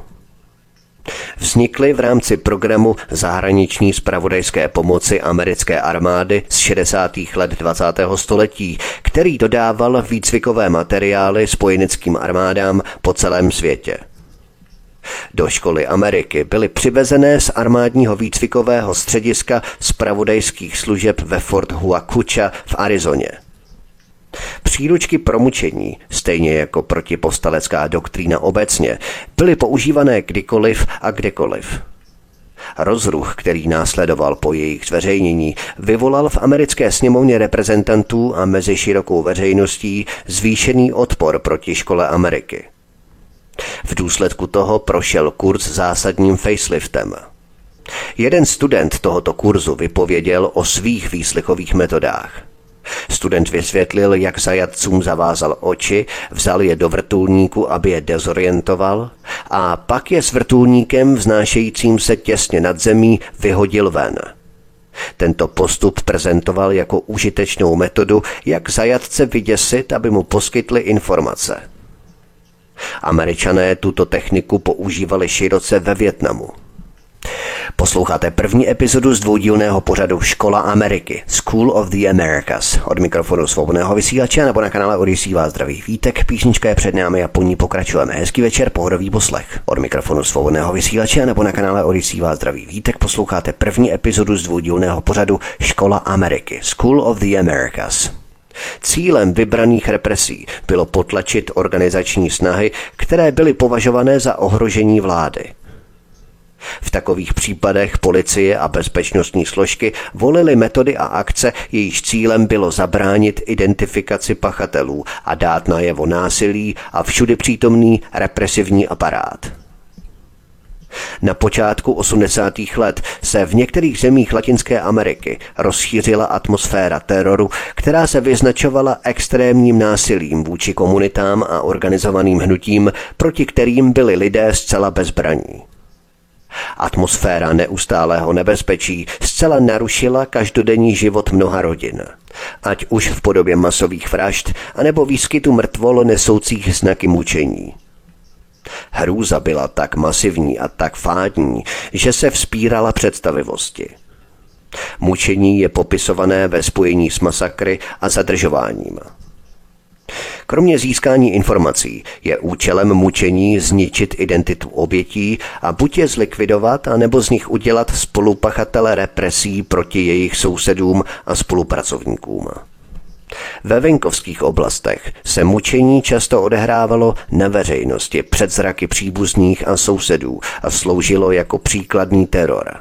Vznikly v rámci programu zahraniční zpravodajské pomoci americké armády z 60. let 20. století, který dodával výcvikové materiály spojeneckým armádám po celém světě. Do školy Ameriky byly přivezené z armádního výcvikového střediska zpravodajských služeb ve Fort Huacucha v Arizoně. Příručky pro mučení, stejně jako protipovstalecká doktrína obecně, byly používané kdykoliv a kdekoliv. Rozruch, který následoval po jejich zveřejnění, vyvolal v americké sněmovně reprezentantů a mezi širokou veřejností zvýšený odpor proti škole Ameriky. V důsledku toho prošel kurz zásadním faceliftem. Jeden student tohoto kurzu vypověděl o svých výslechových metodách. Student vysvětlil, jak zajatcům zavázal oči, vzal je do vrtulníku, aby je dezorientoval, a pak je s vrtulníkem vznášejícím se těsně nad zemí vyhodil ven. Tento postup prezentoval jako užitečnou metodu, jak zajatce vyděsit, aby mu poskytli informace. Američané tuto techniku používali široce ve Vietnamu. Posloucháte první epizodu z dvoudílného pořadu Škola Ameriky, School of the Americas. Od mikrofonu Svobodného vysílače nebo na kanále Odyssey vás zdraví Vítek, písnička je před námi a po ní pokračujeme. Hezký večer, pohodový poslech. Od mikrofonu Svobodného vysílače nebo na kanále Odyssey vás zdraví Vítek, posloucháte první epizodu z dvoudílného pořadu Škola Ameriky, School of the Americas. Cílem vybraných represí bylo potlačit organizační snahy, které byly považované za ohrožení vlády. V takových případech policie a bezpečnostní složky volily metody a akce, jejichž cílem bylo zabránit identifikaci pachatelů a dát najevo násilí a všudy přítomný represivní aparát. Na počátku 80. let se v některých zemích Latinské Ameriky rozšířila atmosféra teroru, která se vyznačovala extrémním násilím vůči komunitám a organizovaným hnutím, proti kterým byli lidé zcela bezbraní. Atmosféra neustálého nebezpečí zcela narušila každodenní život mnoha rodin, ať už v podobě masových vražd, anebo výskytu mrtvol nesoucích znaky mučení. Hrůza byla tak masivní a tak fádní, že se vzpírala představivosti. Mučení je popisované ve spojení s masakry a zadržováním. Kromě získání informací je účelem mučení zničit identitu obětí a buď je zlikvidovat, anebo z nich udělat spolupachatele represí proti jejich sousedům a spolupracovníkům. Ve venkovských oblastech se mučení často odehrávalo na veřejnosti před zraky příbuzných a sousedů a sloužilo jako příkladný teror.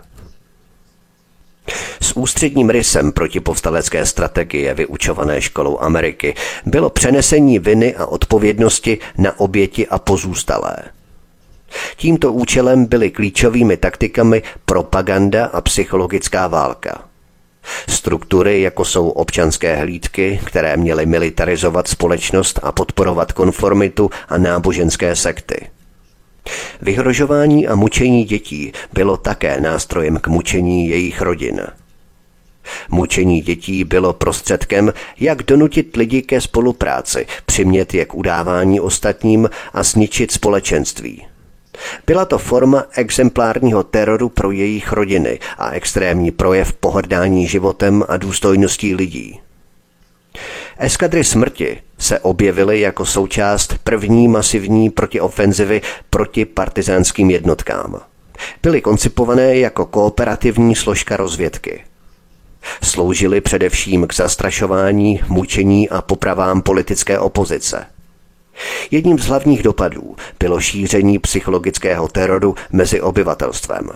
S ústředním rysem protipovstalecké strategie vyučované Školou Ameriky bylo přenesení viny a odpovědnosti na oběti a pozůstalé. Tímto účelem byly klíčovými taktikami propaganda a psychologická válka. Struktury, jako jsou občanské hlídky, které měly militarizovat společnost a podporovat konformitu, a náboženské sekty. Vyhrožování a mučení dětí bylo také nástrojem k mučení jejich rodin. Mučení dětí bylo prostředkem, jak donutit lidi ke spolupráci, přimět je k udávání ostatním a zničit společenství. Byla to forma exemplárního teroru pro jejich rodiny a extrémní projev pohrdání životem a důstojností lidí. Eskadry smrti se objevily jako součást první masivní protiofenzivy proti partizánským jednotkám. Byly koncipované jako kooperativní složka rozvědky. Sloužily především k zastrašování, mučení a popravám politické opozice. Jedním z hlavních dopadů bylo šíření psychologického teroru mezi obyvatelstvem.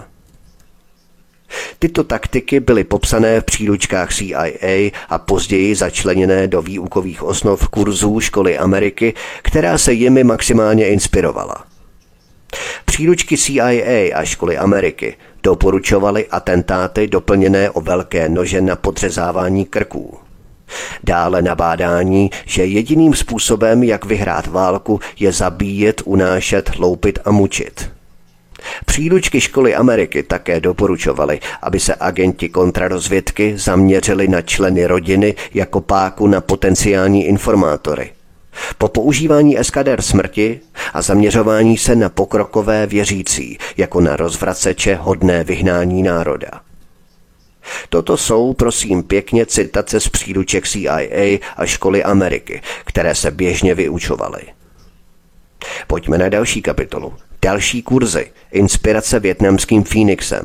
Tyto taktiky byly popsané v příručkách CIA a později začleněné do výukových osnov kurzů Školy Ameriky, která se jimi maximálně inspirovala. Příručky CIA a Školy Ameriky doporučovaly atentáty doplněné o velké nože na podřezávání krků. Dále nabádání, že jediným způsobem, jak vyhrát válku, je zabíjet, unášet, loupit a mučit. Příručky Školy Ameriky také doporučovaly, aby se agenti kontrarozvědky zaměřili na členy rodiny jako páku na potenciální informátory. Po používání eskader smrti a zaměřování se na pokrokové věřící jako na rozvraceče hodné vyhnání národa. Toto jsou, prosím pěkně, citace z příruček CIA a Školy Ameriky, které se běžně vyučovaly. Pojďme na další kapitolu. Další kurzy. Inspirace vietnamským Phoenixem.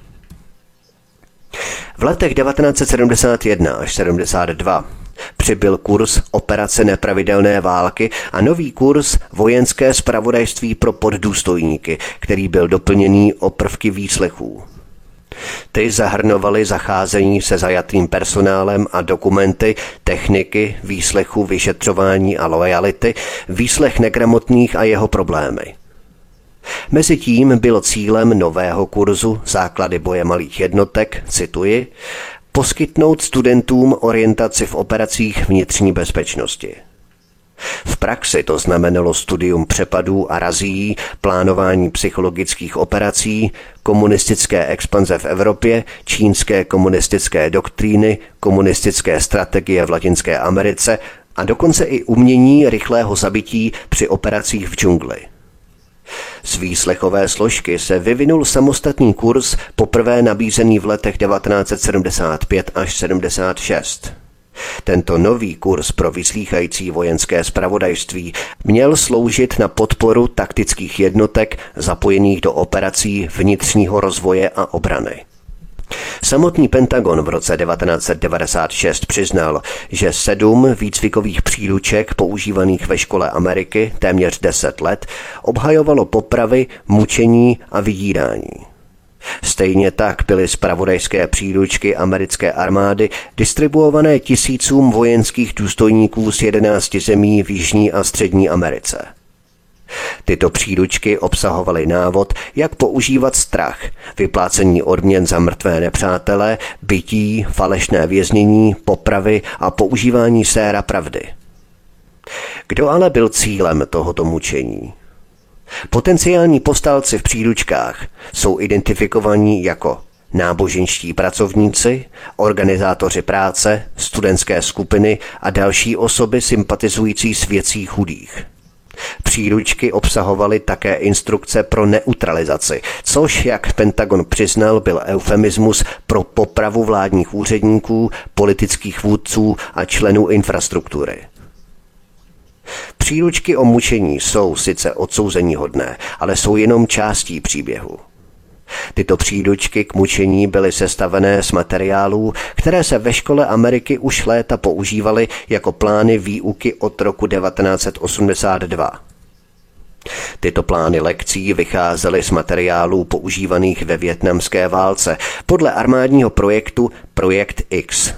V letech 1971 až 72 přibyl kurz Operace nepravidelné války a nový kurz Vojenské zpravodajství pro poddůstojníky, který byl doplněný o prvky výslechů. Ty zahrnovaly zacházení se zajatým personálem a dokumenty, techniky, výslechu, vyšetřování a loajality, výslech negramotných a jeho problémy. Mezitím bylo cílem nového kurzu Základy boje malých jednotek, cituji, poskytnout studentům orientaci v operacích vnitřní bezpečnosti. V praxi to znamenalo studium přepadů a razí, plánování psychologických operací, komunistické expanze v Evropě, čínské komunistické doktríny, komunistické strategie v Latinské Americe a dokonce i umění rychlého zabití při operacích v džungli. Z výslechové složky se vyvinul samostatný kurz poprvé nabízený v letech 1975 až 76. Tento nový kurz pro vyslýchající vojenské zpravodajství měl sloužit na podporu taktických jednotek zapojených do operací vnitřního rozvoje a obrany. Samotný Pentagon v roce 1996 přiznal, že 7 výcvikových příruček používaných ve škole Ameriky téměř 10 let obhajovalo popravy, mučení a vydírání. Stejně tak byly zpravodajské příručky americké armády distribuované tisícům vojenských důstojníků z 11 zemí v Jižní a Střední Americe. Tyto příručky obsahovaly návod, jak používat strach, vyplácení odměn za mrtvé nepřátele, bití, falešné věznění, popravy a používání séra pravdy. Kdo ale byl cílem tohoto mučení? Potenciální povstalci v příručkách jsou identifikovaní jako náboženští pracovníci, organizátoři práce, studentské skupiny a další osoby sympatizující s věcí chudých. Příručky obsahovaly také instrukce pro neutralizaci, což, jak Pentagon přiznal, byl eufemismus pro popravu vládních úředníků, politických vůdců a členů infrastruktury. Příručky o mučení jsou sice odsouzeníhodné, ale jsou jenom částí příběhu. Tyto příručky k mučení byly sestavené z materiálů, které se ve škole Ameriky už léta používaly jako plány výuky od roku 1982. Tyto plány lekcí vycházely z materiálů používaných ve vietnamské válce podle armádního projektu Projekt X.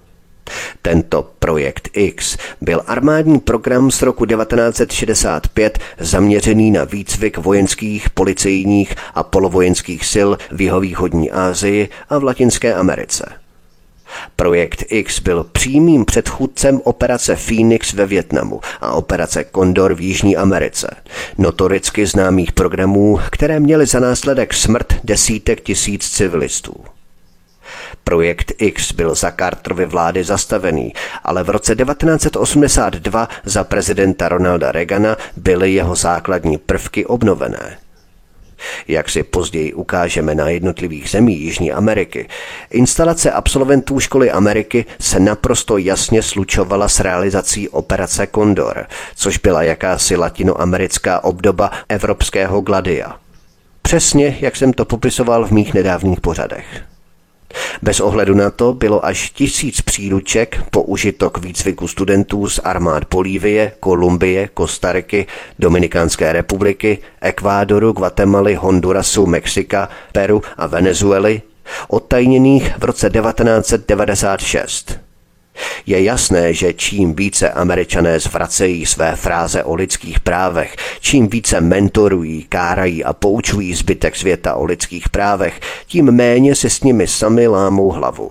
Tento Projekt X byl armádní program z roku 1965 zaměřený na výcvik vojenských, policejních a polovojenských sil v jihovýchodní Asii a v Latinské Americe. Projekt X byl přímým předchůdcem operace Phoenix ve Vietnamu a operace Condor v Jižní Americe, notoricky známých programů, které měly za následek smrt desítek tisíc civilistů. Projekt X byl za Carterovy vlády zastavený, ale v roce 1982 za prezidenta Ronalda Reagana byly jeho základní prvky obnovené. Jak si později ukážeme na jednotlivých zemích Jižní Ameriky, instalace absolventů školy Ameriky se naprosto jasně slučovala s realizací operace Condor, což byla jakási latinoamerická obdoba evropského Gladia. Přesně, jak jsem to popisoval v mých nedávných pořadech. Bez ohledu na to bylo až 1000 příruček použito k výcviku studentů z armád Bolívie, Kolumbie, Kostariky, Dominikánské republiky, Ekvádoru, Guatemaly, Hondurasu, Mexika, Peru a Venezuely, odtajněných v roce 1996. Je jasné, že čím více Američané zvracejí své fráze o lidských právech, čím více mentorují, kárají a poučují zbytek světa o lidských právech, tím méně si s nimi sami lámou hlavu.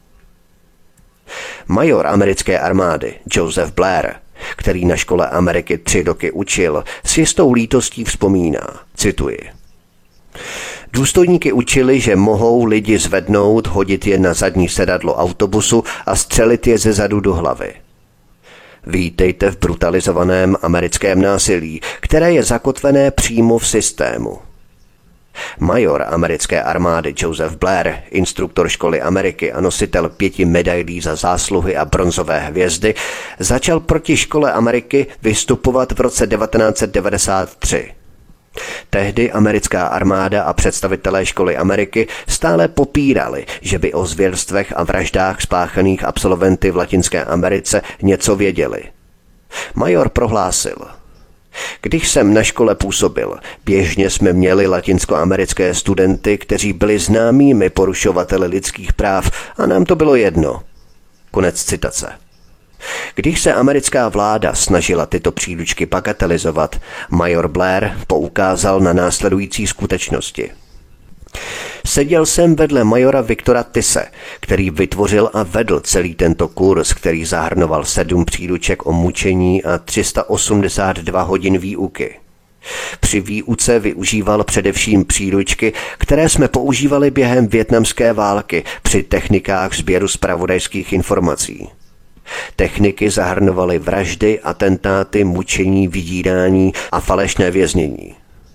Major americké armády Joseph Blair, který na škole Ameriky 3 roky učil, s jistou lítostí vzpomíná, cituji: důstojníky učili, že mohou lidi zvednout, hodit je na zadní sedadlo autobusu a střelit je ze zadu do hlavy. Vítejte v brutalizovaném americkém násilí, které je zakotvené přímo v systému. Major americké armády Joseph Blair, instruktor školy Ameriky a nositel 5 medailí za zásluhy a bronzové hvězdy, začal proti škole Ameriky vystupovat v roce 1993. Tehdy americká armáda a představitelé školy Ameriky stále popírali, že by o zvěrstvech a vraždách spáchaných absolventy v Latinské Americe něco věděli. Major prohlásil: když jsem na škole působil, běžně jsme měli latinskoamerické studenty, kteří byli známými porušovateli lidských práv a nám to bylo jedno. Konec citace. Když se americká vláda snažila tyto příručky bagatelizovat, major Blair poukázal na následující skutečnosti. Seděl jsem vedle majora Viktora Tise, který vytvořil a vedl celý tento kurz, který zahrnoval 7 příruček o mučení a 382 hodin výuky. Při výuce využíval především příručky, které jsme používali během vietnamské války při technikách sběru zpravodajských informací. Techniky zahrnovaly vraždy, atentáty, mučení, vydírání a falešné věznění.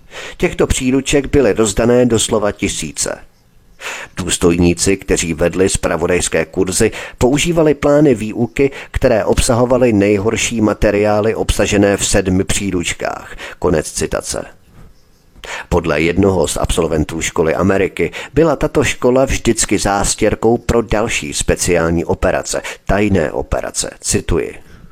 Těchto příruček byly rozdané doslova tisíce. Důstojníci, kteří vedli zpravodajské kurzy, používali plány výuky, které obsahovaly nejhorší materiály obsažené v 7 příručkách. Konec citace. Podle jednoho z absolventů školy Ameriky byla tato škola vždycky zástěrkou pro další speciální operace, tajné operace, cituji.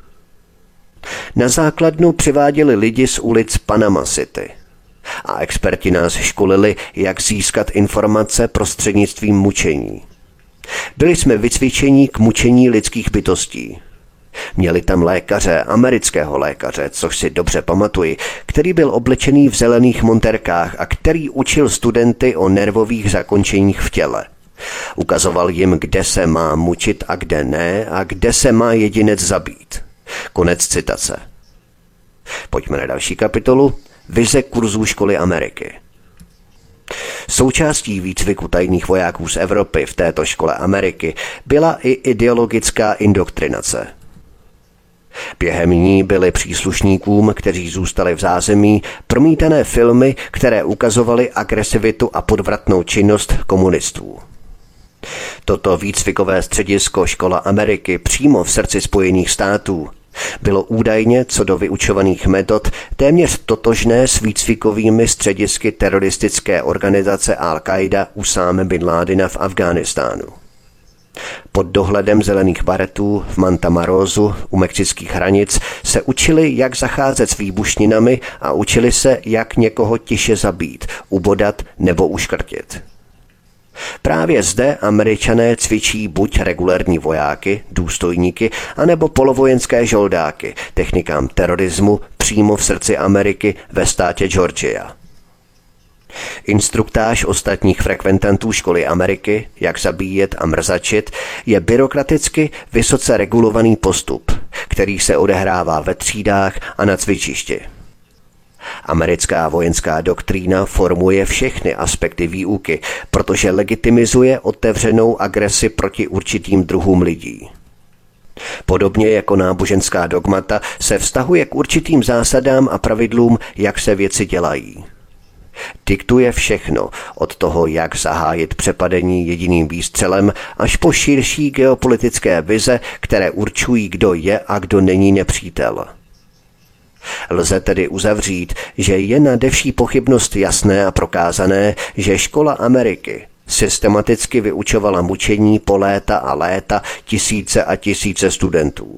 Na základnu přiváděli lidi z ulic Panama City a experti nás školili, jak získat informace prostřednictvím mučení. Byli jsme vycvičeni k mučení lidských bytostí. Měli tam lékaře, amerického lékaře, což si dobře pamatuji, který byl oblečený v zelených monterkách a který učil studenty o nervových zakončeních v těle. Ukazoval jim, kde se má mučit a kde ne a kde se má jedinec zabít. Konec citace. Pojďme na další kapitolu. Vize kurzů školy Ameriky. Součástí výcviku tajných vojáků z Evropy v této škole Ameriky byla i ideologická indoktrinace. Během ní byly příslušníkům, kteří zůstali v zázemí, promítané filmy, které ukazovaly agresivitu a podvratnou činnost komunistů. Toto výcvikové středisko Škola Ameriky přímo v srdci Spojených států bylo údajně co do vyučovaných metod téměř totožné s výcvikovými středisky teroristické organizace Al-Qaida Usáme bin Ládina v Afghánistánu. Pod dohledem zelených baretů v Mantamarózu u mexických hranic se učili, jak zacházet s výbušninami a učili se, jak někoho tiše zabít, ubodat nebo uškrtit. Právě zde Američané cvičí buď regulérní vojáky, důstojníky, anebo polovojenské žoldáky, technikám terorismu přímo v srdci Ameriky ve státě Georgia. Instruktáž ostatních frekventantů školy Ameriky, jak zabíjet a mrzačit, je byrokraticky vysoce regulovaný postup, který se odehrává ve třídách a na cvičišti. Americká vojenská doktrína formuje všechny aspekty výuky, protože legitimizuje otevřenou agresi proti určitým druhům lidí. Podobně jako náboženská dogmata se vztahuje k určitým zásadám a pravidlům, jak se věci dělají. Diktuje všechno, od toho, jak zahájit přepadení jediným výstřelem, až po širší geopolitické vize, které určují, kdo je a kdo není nepřítel. Lze tedy uzavřít, že je nade vší pochybnost jasné a prokázané, že škola Ameriky systematicky vyučovala mučení po léta a léta tisíce a tisíce studentů.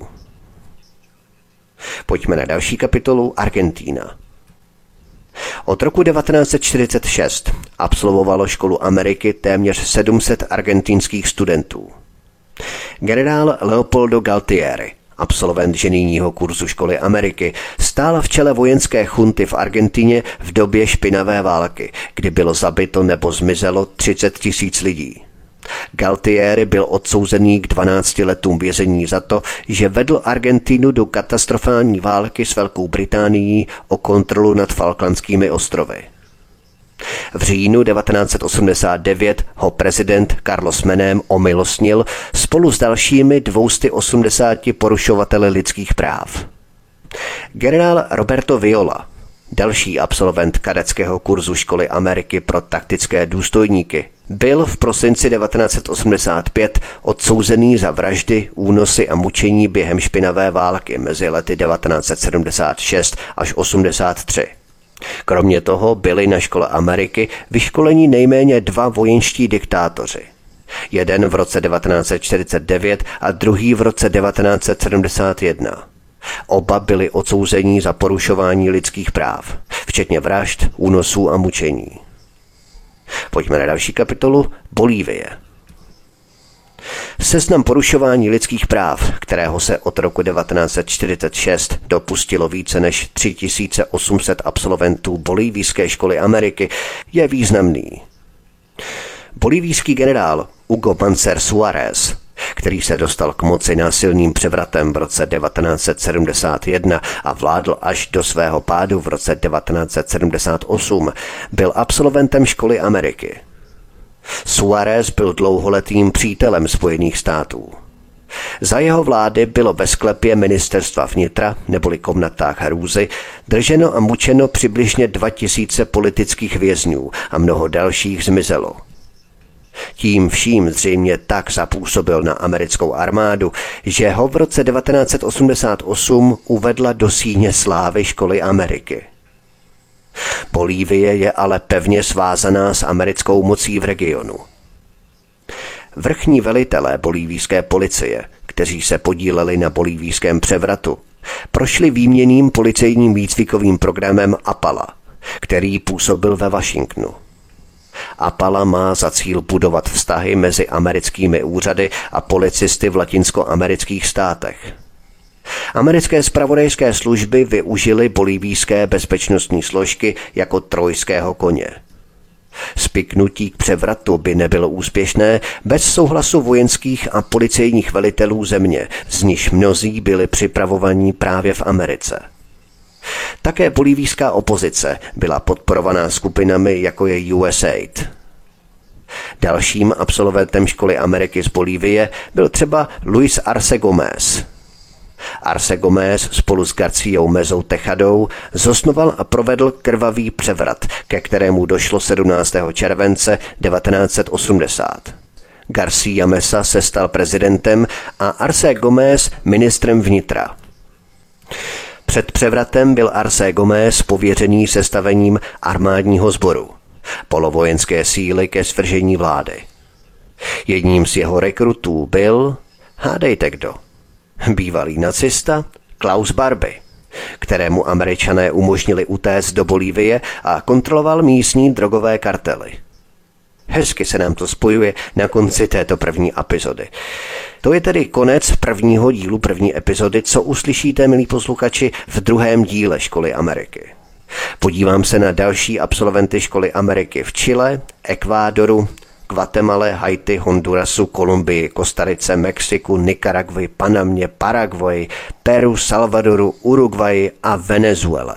Pojďme na další kapitolu Argentína. Od roku 1946 absolvovalo školu Ameriky téměř 700 argentinských studentů. Generál Leopoldo Galtieri, absolvent ženijního kurzu školy Ameriky, stál v čele vojenské chunty v Argentině v době špinavé války, kdy bylo zabito nebo zmizelo 30 000 lidí. Galtieri byl odsouzený k 12 letům vězení za to, že vedl Argentinu do katastrofální války s Velkou Británií o kontrolu nad Falklandskými ostrovy. V říjnu 1989 ho prezident Carlos Menem omilostnil spolu s dalšími 280 porušovateli lidských práv. Generál Roberto Viola, další absolvent kadeckého kurzu školy Ameriky pro taktické důstojníky, byl v prosinci 1985 odsouzený za vraždy, únosy a mučení během špinavé války mezi lety 1976 až 1983. Kromě toho byli na škole Ameriky vyškoleni nejméně 2 vojenští diktátoři. Jeden v roce 1949 a druhý v roce 1971. Oba byli odsouzeni za porušování lidských práv, včetně vražd, únosů a mučení. Pojďme na další kapitolu Bolívie. Seznam porušování lidských práv, kterého se od roku 1946 dopustilo více než 3800 absolventů bolívijské školy Ameriky, je významný. Bolívijský generál Hugo Banzer Suárez, který se dostal k moci násilným převratem v roce 1971 a vládl až do svého pádu v roce 1978, byl absolventem školy Ameriky. Suárez byl dlouholetým přítelem Spojených států. Za jeho vlády bylo ve sklepě ministerstva vnitra, neboli komnatách hrůzy, drženo a mučeno přibližně 2000 politických vězňů a mnoho dalších zmizelo. Tím vším zřejmě tak zapůsobil na americkou armádu, že ho v roce 1988 uvedla do síně slávy školy Ameriky. Bolívie je ale pevně svázaná s americkou mocí v regionu. Vrchní velitelé bolívijské policie, kteří se podíleli na bolívijském převratu, prošli výměnným policejním výcvikovým programem APALA, který působil ve Washingtonu. APALA má za cíl budovat vztahy mezi americkými úřady a policisty v latinskoamerických státech. Americké zpravodajské služby využily bolívijské bezpečnostní složky jako trojského koně. Spiknutí k převratu by nebylo úspěšné bez souhlasu vojenských a policejních velitelů země, z nichž mnozí byli připravovaní právě v Americe. Také bolívijská opozice byla podporovaná skupinami jako je USAID. Dalším absolventem školy Ameriky z Bolívie byl třeba Luis Arce Gómez. Arce Gómez spolu s Garciou Mezou Tejadou zosnoval a provedl krvavý převrat, ke kterému došlo 17. července 1980. Garcia Meza se stal prezidentem a Arce Gómez ministrem vnitra. Před převratem byl Arce Gómez pověřený sestavením armádního sboru, polovojenské síly ke svržení vlády. Jedním z jeho rekrutů byl, hádejte kdo, bývalý nacista Klaus Barbie, kterému Američané umožnili utéct do Bolívie a kontroloval místní drogové kartely. Hezky se nám to spojuje na konci této první epizody. To je tedy konec prvního dílu první epizody, co uslyšíte, milí posluchači, v druhém díle Školy Ameriky. Podívám se na další absolventy Školy Ameriky v Chile, Ekvádoru, Guatemale, Haiti, Hondurasu, Kolumbii, Kostarice, Mexiku, Nikaragvi, Panamě, Paraguay, Peru, Salvadoru, Uruguayi a Venezuele.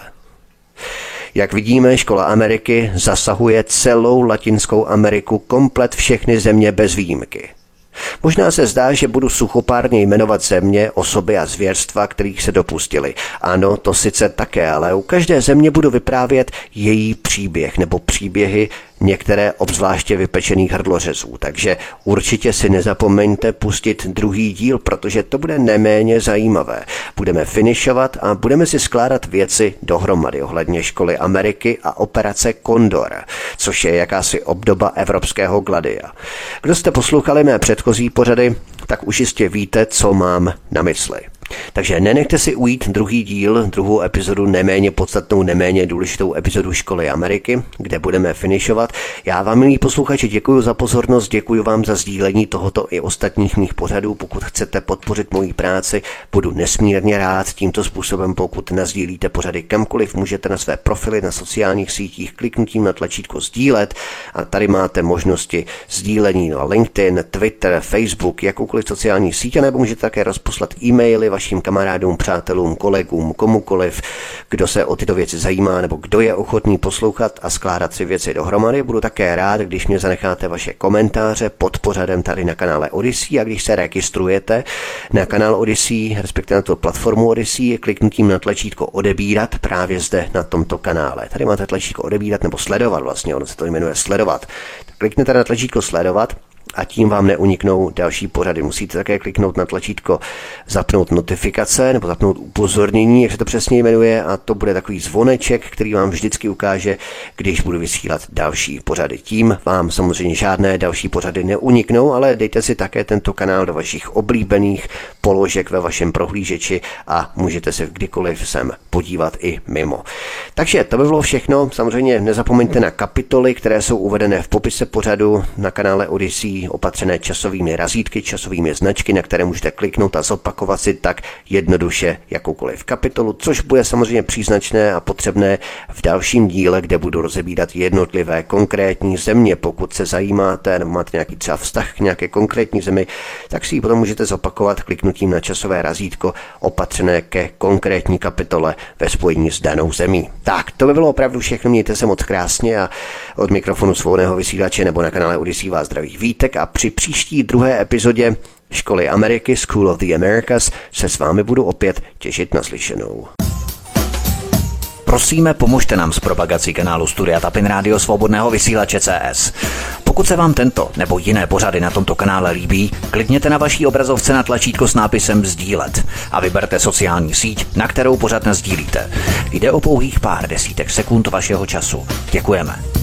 Jak vidíme, Škola Ameriky zasahuje celou Latinskou Ameriku, komplet všechny země bez výjimky. Možná se zdá, že budu suchopárně jmenovat země, osoby a zvěrstva, kterých se dopustili. Ano, to sice také, ale u každé země budu vyprávět její příběh nebo příběhy některé obzvláště vypečených hrdlořezů. Takže určitě si nezapomeňte pustit druhý díl, protože to bude neméně zajímavé. Budeme finišovat a budeme si skládat věci dohromady ohledně Školy Ameriky a operace Kondor, což je jakási obdoba evropského Gladia. Kdo jste poslouchali mé předchozí pořady, tak už jistě víte, co mám na mysli. Takže nenechte si ujít druhý díl, druhou epizodu, neméně podstatnou, neméně důležitou epizodu Školy Ameriky, kde budeme finišovat. Já vám, milí posluchači, děkuji za pozornost, děkuji vám za sdílení tohoto i ostatních mých pořadů. Pokud chcete podpořit moji práci, budu nesmírně rád tímto způsobem, pokud nasdílíte pořady kamkoliv, můžete na své profily na sociálních sítích kliknutím na tlačítko sdílet a tady máte možnosti sdílení na LinkedIn, Twitter, Facebook, jakoukoliv sociální sítě, nebo můžete také rozposlat e-maily vašim kamarádům, přátelům, kolegům, komukoliv, kdo se o tyto věci zajímá nebo kdo je ochotný poslouchat a skládat si věci dohromady. Budu také rád, když mě zanecháte vaše komentáře pod pořadem tady na kanále Odyssey a když se registrujete na kanál Odyssey, respektive na tu platformu Odyssey, kliknutím na tlačítko odebírat právě zde na tomto kanále. Tady máte tlačítko odebírat nebo sledovat, vlastně ono se to jmenuje sledovat. Tak klikněte na tlačítko sledovat a tím vám neuniknou další pořady. Musíte také kliknout na tlačítko zapnout notifikace nebo zapnout upozornění, jak se to přesně jmenuje, a to bude takový zvoneček, který vám vždycky ukáže, když budu vysílat další pořady. Tím vám samozřejmě žádné další pořady neuniknou, ale dejte si také tento kanál do vašich oblíbených položek ve vašem prohlížeči a můžete se kdykoliv sem podívat i mimo. Takže to by bylo všechno. Samozřejmě nezapomeňte na kapitoly, které jsou uvedené v popise pořadu na kanále Odyssey, opatřené časovými razítky, časovými značky, na které můžete kliknout a zopakovat si tak jednoduše jakoukoliv kapitolu, což bude samozřejmě příznačné a potřebné v dalším díle, kde budu rozebírat jednotlivé konkrétní země. Pokud se zajímáte nebo máte nějaký třeba vztah k nějaké konkrétní zemi, tak si ji potom můžete zopakovat kliknutím na časové razítko opatřené ke konkrétní kapitole ve spojení s danou zemí. Tak, to by bylo opravdu všechno, mějte se moc krásně a od mikrofonu svobodného vysílače nebo na kanále Odyssey vás zdraví Vítek a při příští druhé epizodě Školy Ameriky School of the Americas se s vámi budu opět těšit na slyšenou. Prosíme, pomožte nám s propagací kanálu Studia Tapin Rádio Svobodného vysílače CS. Pokud se vám tento nebo jiné pořady na tomto kanále líbí, klikněte na vaší obrazovce na tlačítko s nápisem sdílet a vyberte sociální síť, na kterou pořad nasdílíte. Jde o pouhých pár desítek sekund vašeho času. Děkujeme.